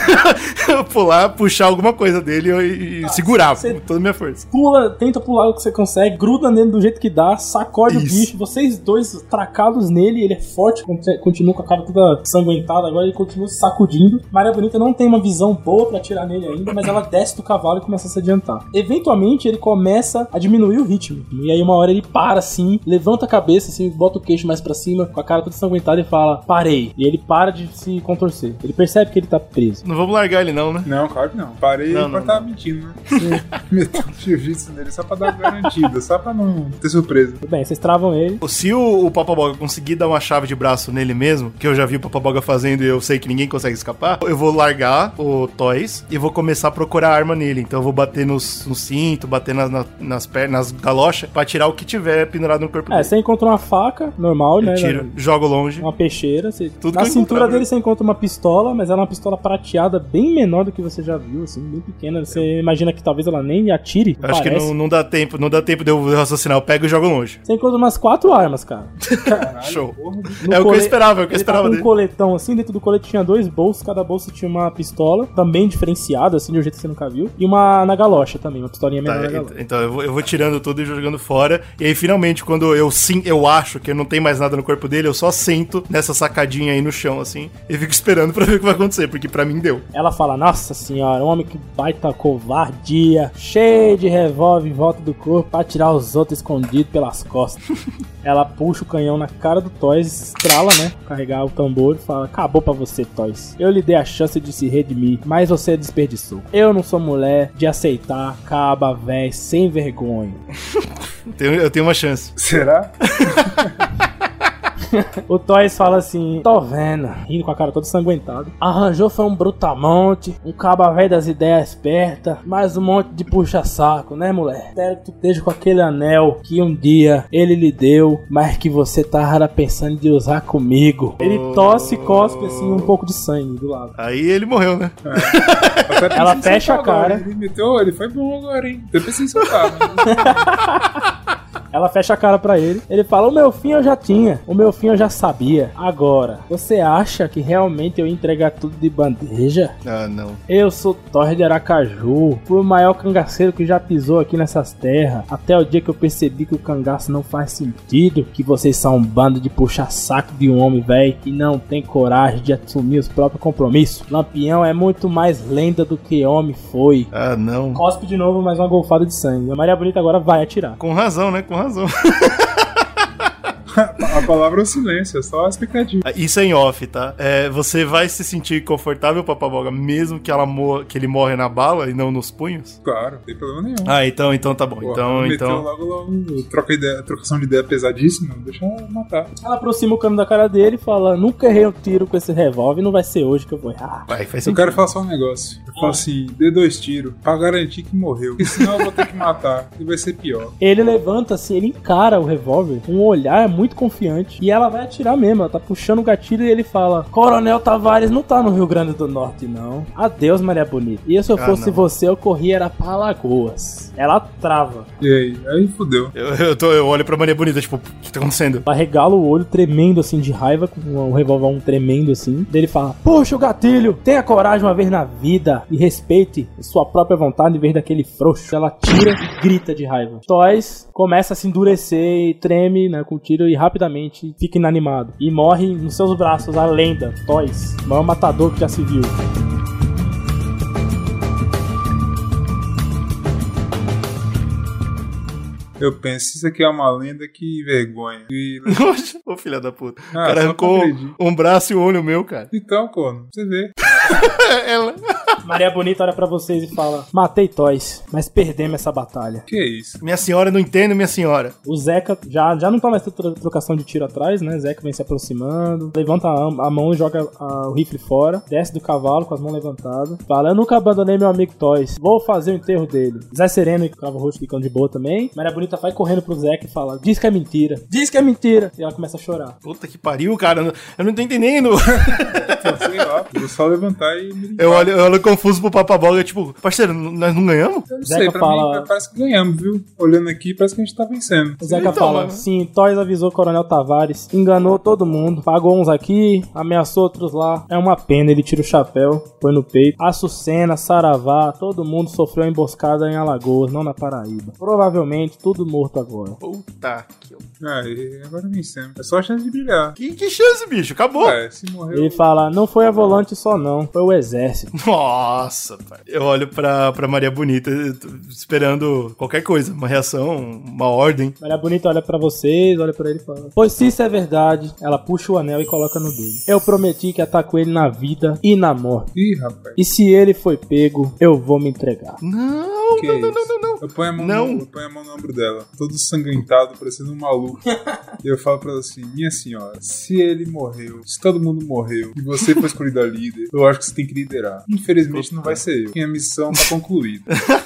Eu pular, puxar alguma coisa dele e, e segurar você- com toda a minha força. Pula, tenta pular o que você consegue, gruda nele do jeito que dá, sacode Isso. o bicho. Vocês dois tracados nele, ele é forte, conti- continua com a cara toda sanguentada, agora ele continua se sacudindo. Maria Bonita não tem uma visão boa pra atirar nele ainda, mas ela desce do cavalo e começa a se adiantar. Eventualmente ele começa a diminuir o ritmo. E aí uma hora ele para assim, levanta a cabeça assim, bota o queixo mais pra cima, com a cara toda sanguentada e fala, parei. E ele para de se contorcer. Ele percebe que ele tá preso. Não vamos largar ele não, né? Não, claro que não. Parei Não, pra não, tava não. mentindo, né? Meteu um jiu-jitsu nele só pra dar garantida, só pra não ter surpresa. Tudo bem, vocês travam ele. Se o, o Papaboga conseguir dar uma chave de braço nele mesmo, que eu já vi o Papaboga fazendo e eu sei que ninguém consegue escapar, eu vou largar o Toys e vou começar a procurar arma nele. Então eu vou bater nos, no cinto, bater nas, na- nas pernas, nas galochas, pra tirar o que tiver pendurado no corpo É, dele. você encontra uma faca normal, né? Eu tiro, jogo longe. Uma peixeira. Você... Tudo Na que eu cintura encontrar, dele né? você encontra uma pistola, mas ela é uma pistola prateada bem menor do que você já viu, assim, bem pequena. Você imagina que talvez ela nem atire. Eu Acho que parece. não, não dá tempo, não dá tempo de eu raciocinar. Eu pego e jogo longe. Você encontra umas quatro armas, cara. Caralho, Show. porra. No É o que eu cole- esperava, é o que eu Ele tá esperava com um dele. coletão assim, dentro do colete tinha dois bolsos, cada bolso tinha uma pistola, também diferenciada, assim, de um jeito que você nunca viu, e uma na galocha também, uma pistolinha menor Tá, na ent- galocha. então eu vou, eu vou tirando tudo e jogando fora. E aí, finalmente, quando eu sim, eu acho que não tem mais nada no corpo dele, eu só sento nessa sacadinha aí no chão, assim, e fico esperando pra ver o que vai acontecer, porque pra mim deu. Ela fala, nossa senhora, homem que baita covardia, cheio de revólver em volta do corpo pra tirar os outros escondidos pelas costas. Ela puxa o canhão na cara do Toys, estrala, né, carregar o tambor e fala, acabou pra você, Toys. Eu lhe dei a chance de se redimir, mas você desperdiçou. Eu não sou mulher de aceitar caba véi sem vergonha. Tenho- eu tenho uma chance. Será? O Toys fala assim, tô vendo, rindo com a cara toda sanguentada. Arranjou foi um brutamonte, um caba velho das ideias espertas, mais um monte de puxa-saco, né, mulher? Espero que tu esteja com aquele anel que um dia ele lhe deu, mas que você tava pensando de usar comigo. Ele tosse e cospe assim um pouco de sangue do lado. Aí ele morreu, né? Até pensei Ela em fecha soltar a cara. agora. Ele meteu, ele foi bom agora, hein? Até pensei em soltar, mas... Ela fecha a cara pra ele. Ele fala, o meu fim eu já tinha. O meu fim eu já sabia. Agora, você acha que realmente eu ia entregar tudo de bandeja? Ah, não. Eu sou Torre de Aracaju. Fui o maior cangaceiro que já pisou aqui nessas terras. Até o dia que eu percebi que o cangaço não faz sentido. Que vocês são um bando de puxa-saco de um homem velho que não tem coragem de assumir os próprios compromissos. Lampião é muito mais lenda do que homem foi. Ah, não. Cospe de novo mais uma golfada de sangue. A Maria Bonita agora vai atirar. Com razão, né? Com razão. A palavra é o silêncio, é só a expectativa. Ah, Isso é em off, tá? É, você vai se sentir confortável, Papaboga, mesmo que, ela morra, que ele morre na bala e não nos punhos? Claro, não tem problema nenhum. Ah, então, então tá bom. Porra, então, meteu então. logo, logo, troca ideia, trocação de ideia pesadíssima, deixa eu matar. Ela aproxima o cano da cara dele e fala, nunca errei um tiro com esse revólver, não vai ser hoje que eu vou errar. Vai, faz Eu sentido. quero falar só um negócio. Eu falo assim, dê dois tiros pra garantir que morreu. Porque senão eu vou ter que matar e vai ser pior. Ele levanta assim, ele encara o revólver com um olhar muito muito confiante e ela vai atirar mesmo, ela tá puxando o gatilho e ele fala: Coronel Tavares não tá no Rio Grande do Norte, não. Adeus, Maria Bonita. E se eu fosse ah, você, eu corria era pra Alagoas. Ela trava. E aí? Aí fudeu. Eu, eu, tô, eu olho pra Maria Bonita, tipo, o que tá acontecendo? Ela regala o olho tremendo assim de raiva, com o revólver um tremendo assim. Daí ele fala: puxa o gatilho, tenha coragem uma vez na vida e respeite sua própria vontade em vez daquele frouxo. Ela tira e grita de raiva. Toys começa a se endurecer e treme, né, com o tiro e rapidamente fica inanimado. E morre nos seus braços a lenda, Toys, o maior matador que já se viu. Eu penso, isso aqui é uma lenda, que vergonha. E... Ô filha da puta. Ah, o cara arrancou um braço e um olho meu, cara. Então, Corno, você vê. Ela... Maria Bonita olha pra vocês e fala: matei Toys, mas perdemos essa batalha. Que isso? Minha senhora, não entendo, minha senhora. O Zeca já, já não tá mais tro- trocação de tiro atrás, né? Zeca vem se aproximando, levanta a, a mão e joga a, o rifle fora, desce do cavalo com as mãos levantadas, fala: eu nunca abandonei meu amigo Toys, vou fazer o enterro dele. Zé Sereno e Cravo Roxo ficam de boa também. Maria Bonita vai correndo pro Zeca e fala: diz que é mentira, diz que é mentira. E ela começa a chorar. Puta que pariu, cara, eu não tô entendendo. Sei lá, vou só levantar e me limpar. Eu olho, eu olho confuso pro Papaboga, tipo, parceiro, nós não ganhamos? Eu não Zeca sei, pra fala... mim parece que ganhamos, viu? Olhando aqui, parece que a gente tá vencendo. O Zeca Então, fala: mano. sim, Toys avisou o Coronel Tavares, enganou todo mundo, pagou uns aqui, ameaçou outros lá. É uma pena, ele tira o chapéu, põe no peito. Açucena, Saravá, todo mundo sofreu a emboscada em Alagoas, não na Paraíba. Provavelmente tudo morto agora. Puta que... Ah, e agora vencemos. É só a chance de brilhar. Que, que chance, bicho, acabou. É, se morreu... Ele fala: não foi a volante só não, foi o exército. Nossa, pai. Eu olho pra, pra Maria Bonita, esperando qualquer coisa, uma reação, uma ordem. Maria Bonita olha pra vocês, olha pra ele e fala: pois se isso é verdade, ela puxa o anel e coloca no dedo. Eu prometi que ataco ele na vida e na morte. Ih, rapaz. E se ele foi pego, eu vou me entregar. Não, Que não, é não, isso? não, não, não. Eu ponho a mão, Não. No, eu ponho a mão no ombro dela, todo sanguentado, parecendo um maluco. E eu falo pra ela assim: minha senhora, se ele morreu, se todo mundo morreu e você foi escolhida líder, eu acho que você tem que liderar. Infelizmente não vai ser eu. Minha missão tá concluída.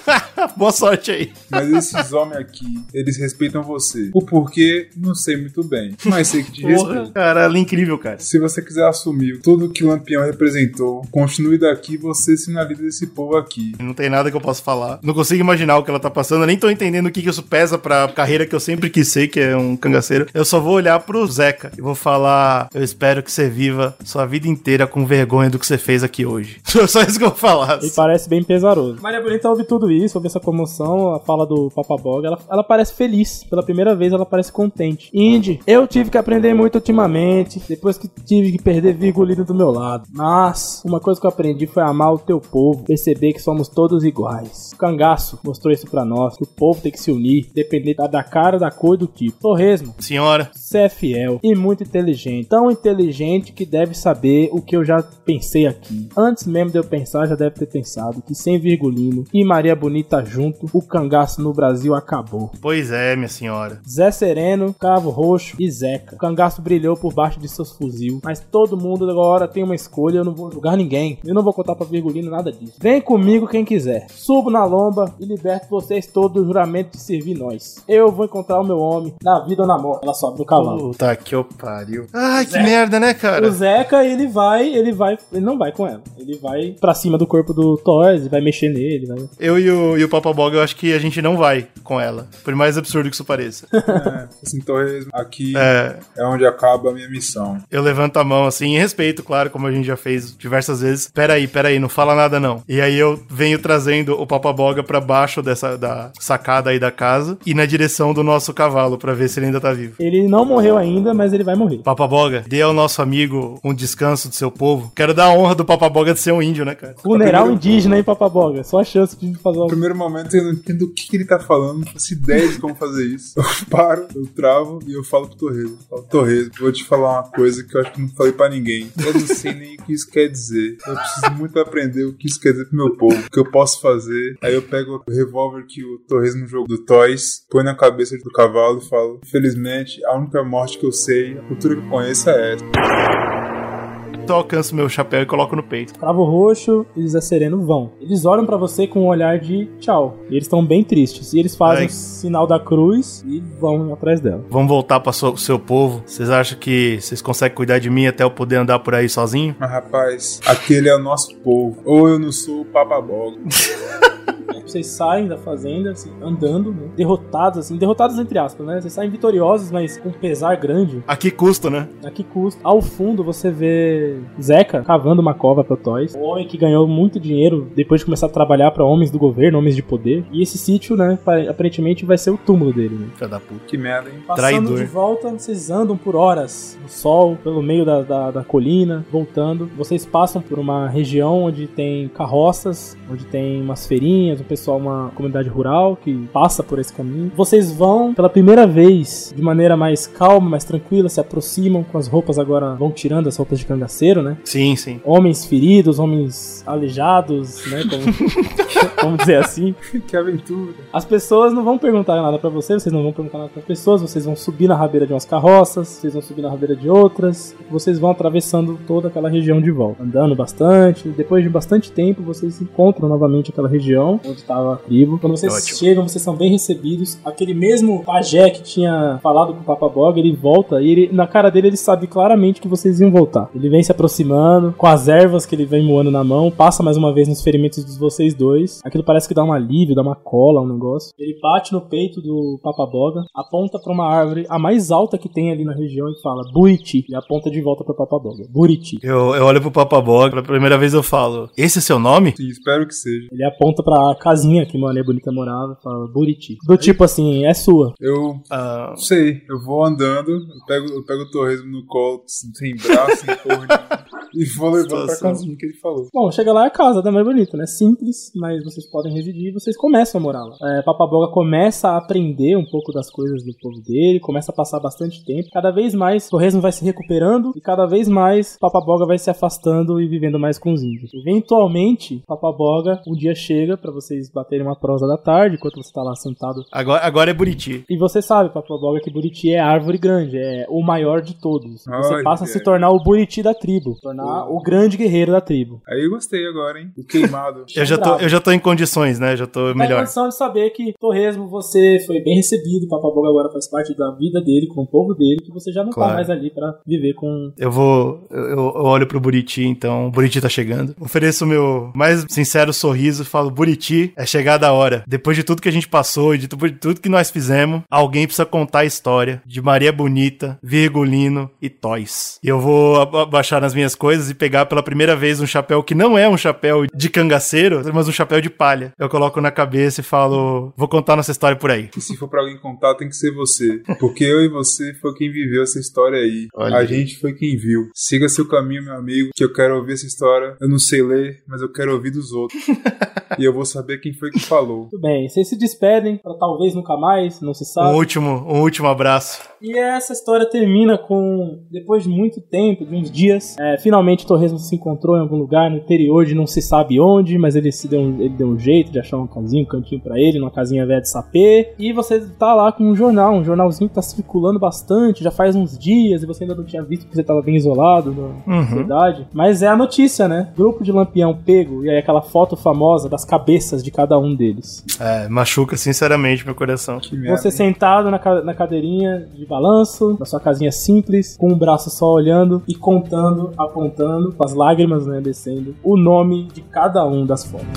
Boa sorte aí. Mas esses homens aqui, eles respeitam você. O porquê, não sei muito bem, mas sei que te Porra, respeitam. caralho, incrível, cara. Se você quiser assumir tudo que o Lampião representou, continue daqui, você se na líder desse povo aqui. Não tem nada que eu possa falar. Não consigo imaginar o que ela tá passando. Eu nem tô entendendo o que, que isso pesa pra carreira que eu sempre quis ser, que é um cangaceiro. Eu só vou olhar pro Zeca e vou falar: eu espero que você viva sua vida inteira com vergonha do que você fez aqui hoje. Só isso que eu vou falar. Ele parece bem pesaroso. Maria Bonita ouve tudo isso, ouve essa comoção, a fala do Papaboga. Ela, ela parece feliz. Pela primeira vez, ela parece contente. Indy, eu tive que aprender muito ultimamente, depois que tive que perder Virgulino do meu lado. Mas, uma coisa que eu aprendi foi amar o teu povo, perceber que somos todos iguais. O Cangaço mostrou isso pra nós, que o povo tem que se unir, dependendo da cara, da cor e do tipo. Torresmo, Senhora. você é fiel e muito inteligente. Tão inteligente que deve saber o que eu já pensei aqui. Antes mesmo de eu pensar, já deve ter pensado que sem Virgulino e Maria Bonita junto, o cangaço no Brasil acabou. Pois é, minha senhora. Zé Sereno, Cravo Roxo e Zeca. O cangaço brilhou por baixo de seus fuzil, mas todo mundo agora tem uma escolha. Eu não vou julgar ninguém. Eu não vou contar pra Virgulino nada disso. Vem comigo quem quiser. Subo na lomba e liberto vocês todos do juramento de servir nós. Eu vou encontrar o meu homem, na vida ou na morte. Ela sobe no cavalo. Puta que eu pariu. Ai, que merda, né, cara? O Zeca, ele vai, ele vai, ele não vai com ela. Ele vai pra cima do corpo do Toys, vai mexer nele, vai. Eu e o, e o Papaboga, eu acho que a gente não vai com ela. Por mais absurdo que isso pareça. É, assim, Torresmo, aqui É. é onde acaba a minha missão. Eu levanto a mão assim, em respeito, claro, como a gente já fez diversas vezes. Peraí, peraí, não fala nada não. E aí eu venho trazendo o Papaboga pra baixo dessa da sacada aí da casa e na direção do nosso cavalo, pra ver se ele ainda tá vivo. Ele não morreu ainda, mas ele vai morrer. Papaboga, dê ao nosso amigo um descanso do seu povo. Quero dar a honra do Papaboga de ser um índio, né, cara? Funeral primeiro- indígena, hein, Papaboga? Só a chance de fazer No algo. primeiro momento eu não entendo o que, que ele tá falando, não faço ideia de como fazer isso. Eu paro, eu travo e eu falo pro Torresmo. Eu falo: Torresmo, vou te falar uma coisa que eu acho que não falei pra ninguém. Eu não sei nem o que isso quer dizer. Eu preciso muito aprender o que isso quer dizer pro meu povo. O que eu posso fazer. Aí eu pego o revólver que o Torresmo jogou do Toys, põe na cabeça do cavalo e falo: infelizmente, a única morte que eu sei, a cultura que eu conheço é essa. Eu alcanço meu chapéu e coloco no peito. Cravo Roxo e Zé Sereno vão. Eles olham pra você com um olhar de tchau. E eles estão bem tristes. E eles fazem Ai. o sinal da cruz e vão atrás dela. Vamos voltar para o seu povo. Vocês acham que vocês conseguem cuidar de mim até eu poder andar por aí sozinho? Mas rapaz, aquele é o nosso povo. Ou eu não sou o Papaboga. Vocês saem da fazenda, assim, andando, né? Derrotados, assim, derrotados entre aspas, né? Vocês saem vitoriosos, mas com pesar grande. A que custo, né? A que custa? Ao fundo você vê Zeca cavando uma cova pra Toys. Um homem que ganhou muito dinheiro depois de começar a trabalhar pra homens do governo, homens de poder. E esse sítio, né, aparentemente vai ser o túmulo dele, né? Filha da puta. Que merda, hein? Passando Traidor. de volta, vocês andam por horas no sol, pelo meio da, da, da colina, voltando. Vocês passam por uma região onde tem carroças, onde tem umas feirinhas, o pessoal, uma comunidade rural que passa por esse caminho. Vocês vão, pela primeira vez, de maneira mais calma, mais tranquila, se aproximam com as roupas agora, vão tirando as roupas de cangaceiro, né? Sim, sim. Homens feridos, homens aleijados, né? Como, vamos dizer assim. Que aventura. As pessoas não vão perguntar nada pra você, vocês não vão perguntar nada pra pessoas, vocês vão subir na rabeira de umas carroças, vocês vão subir na rabeira de outras, vocês vão atravessando toda aquela região de volta, andando bastante. Depois de bastante tempo, vocês encontram novamente aquela região onde estava a tribo. Quando vocês Ótimo. chegam, vocês são bem recebidos. Aquele mesmo pajé que tinha falado com o Papaboga, ele volta e ele, na cara dele ele sabe claramente que vocês iam voltar. Ele vem se aproximando, com as ervas que ele vem moando na mão, passa mais uma vez nos ferimentos de vocês dois. Aquilo parece que dá um alívio, dá uma cola, um negócio. Ele bate no peito do Papaboga, aponta pra uma árvore, a mais alta que tem ali na região, e fala, Buriti, e aponta de volta pro Papaboga. Buriti. Eu, eu olho pro Papaboga, pela primeira vez eu falo, esse é seu nome? Sim, espero que seja. Ele aponta pra casinha que Mané Bonita morava e fala, Buriti. Do tipo assim, é sua. Eu Ah, não sei, eu vou andando, eu pego, eu pego o torresmo no colo, sem braço, sem porra nenhuma, e vou levando pra Situação. casinha que ele falou. Bom, chega lá é a casa da Mãe Bonita, né? Simples, mas vocês podem residir e vocês começam a morar lá. É, Papaboga começa a aprender um pouco das coisas do povo dele, começa a passar bastante tempo. Cada vez mais, Torresmo vai se recuperando e cada vez mais Papaboga vai se afastando e vivendo mais com os índios. Eventualmente, Papaboga, um dia chega pra vocês baterem uma prosa da tarde, enquanto você tá lá sentado. agora, agora é Buriti. E você sabe, Papaboga, que Buriti é árvore grande, é o maior de todos. Você Olha. passa a se tornar o Buriti da tribo, tornar o grande guerreiro da tribo. Aí eu gostei agora, hein? O queimado. Eu já, tô, eu já tô em condições, né? Já tô Tem a melhor. condição de saber que, Torresmo, você foi bem recebido, Papaboga agora faz parte da vida dele, com o povo dele, que você já não Claro. tá mais ali pra viver com... Eu vou. Eu, eu olho pro Buriti, então. O Buriti tá chegando. Ofereço o meu mais sincero sorriso e falo: Buriti, é chegada a hora. Depois de tudo que a gente passou e de tu- de tudo que nós fizemos, alguém precisa contar a história de Maria Bonita, Virgulino e Toys. E eu vou aba- abaixar nas minhas coisas e pegar pela primeira vez um chapéu que não é um chapéu de cangaceiro, mas um chapéu de palha. Eu coloco na cabeça e falo: vou contar nossa história por aí. E se for pra alguém contar, tem que ser você. Porque eu e você foi quem viveu essa história aí. Olha a aí. gente foi quem viu. Siga seu caminho, meu amigo, que eu quero ouvir essa história. Eu não sei ler, mas eu quero ouvir dos outros. E eu vou saber quem foi que falou. Tudo bem, vocês se despedem, pra talvez nunca mais, não se Um sabe. último, um último abraço. E essa história termina com, depois de muito tempo, de uns dias, é, finalmente Torresmo se encontrou em algum lugar no interior de não se sabe onde, mas ele, se deu, um, ele deu um jeito de achar uma casinha, um cantinho pra ele, numa casinha velha de sapê. E você tá lá com um jornal, um jornalzinho que tá circulando bastante, já faz uns dias, e você ainda não tinha visto porque você tava bem isolado na Uhum. cidade. Mas é a notícia, né? Grupo de Lampião pego, e aí aquela foto famosa das cabeças de cada um deles. É, machuca sinceramente meu coração. Que merda. Você hein? sentado na, ca- na cadeirinha de balanço, na sua casinha simples, com um braço só olhando e contando, apontando, com as lágrimas, né, descendo, o nome de cada um das fotos.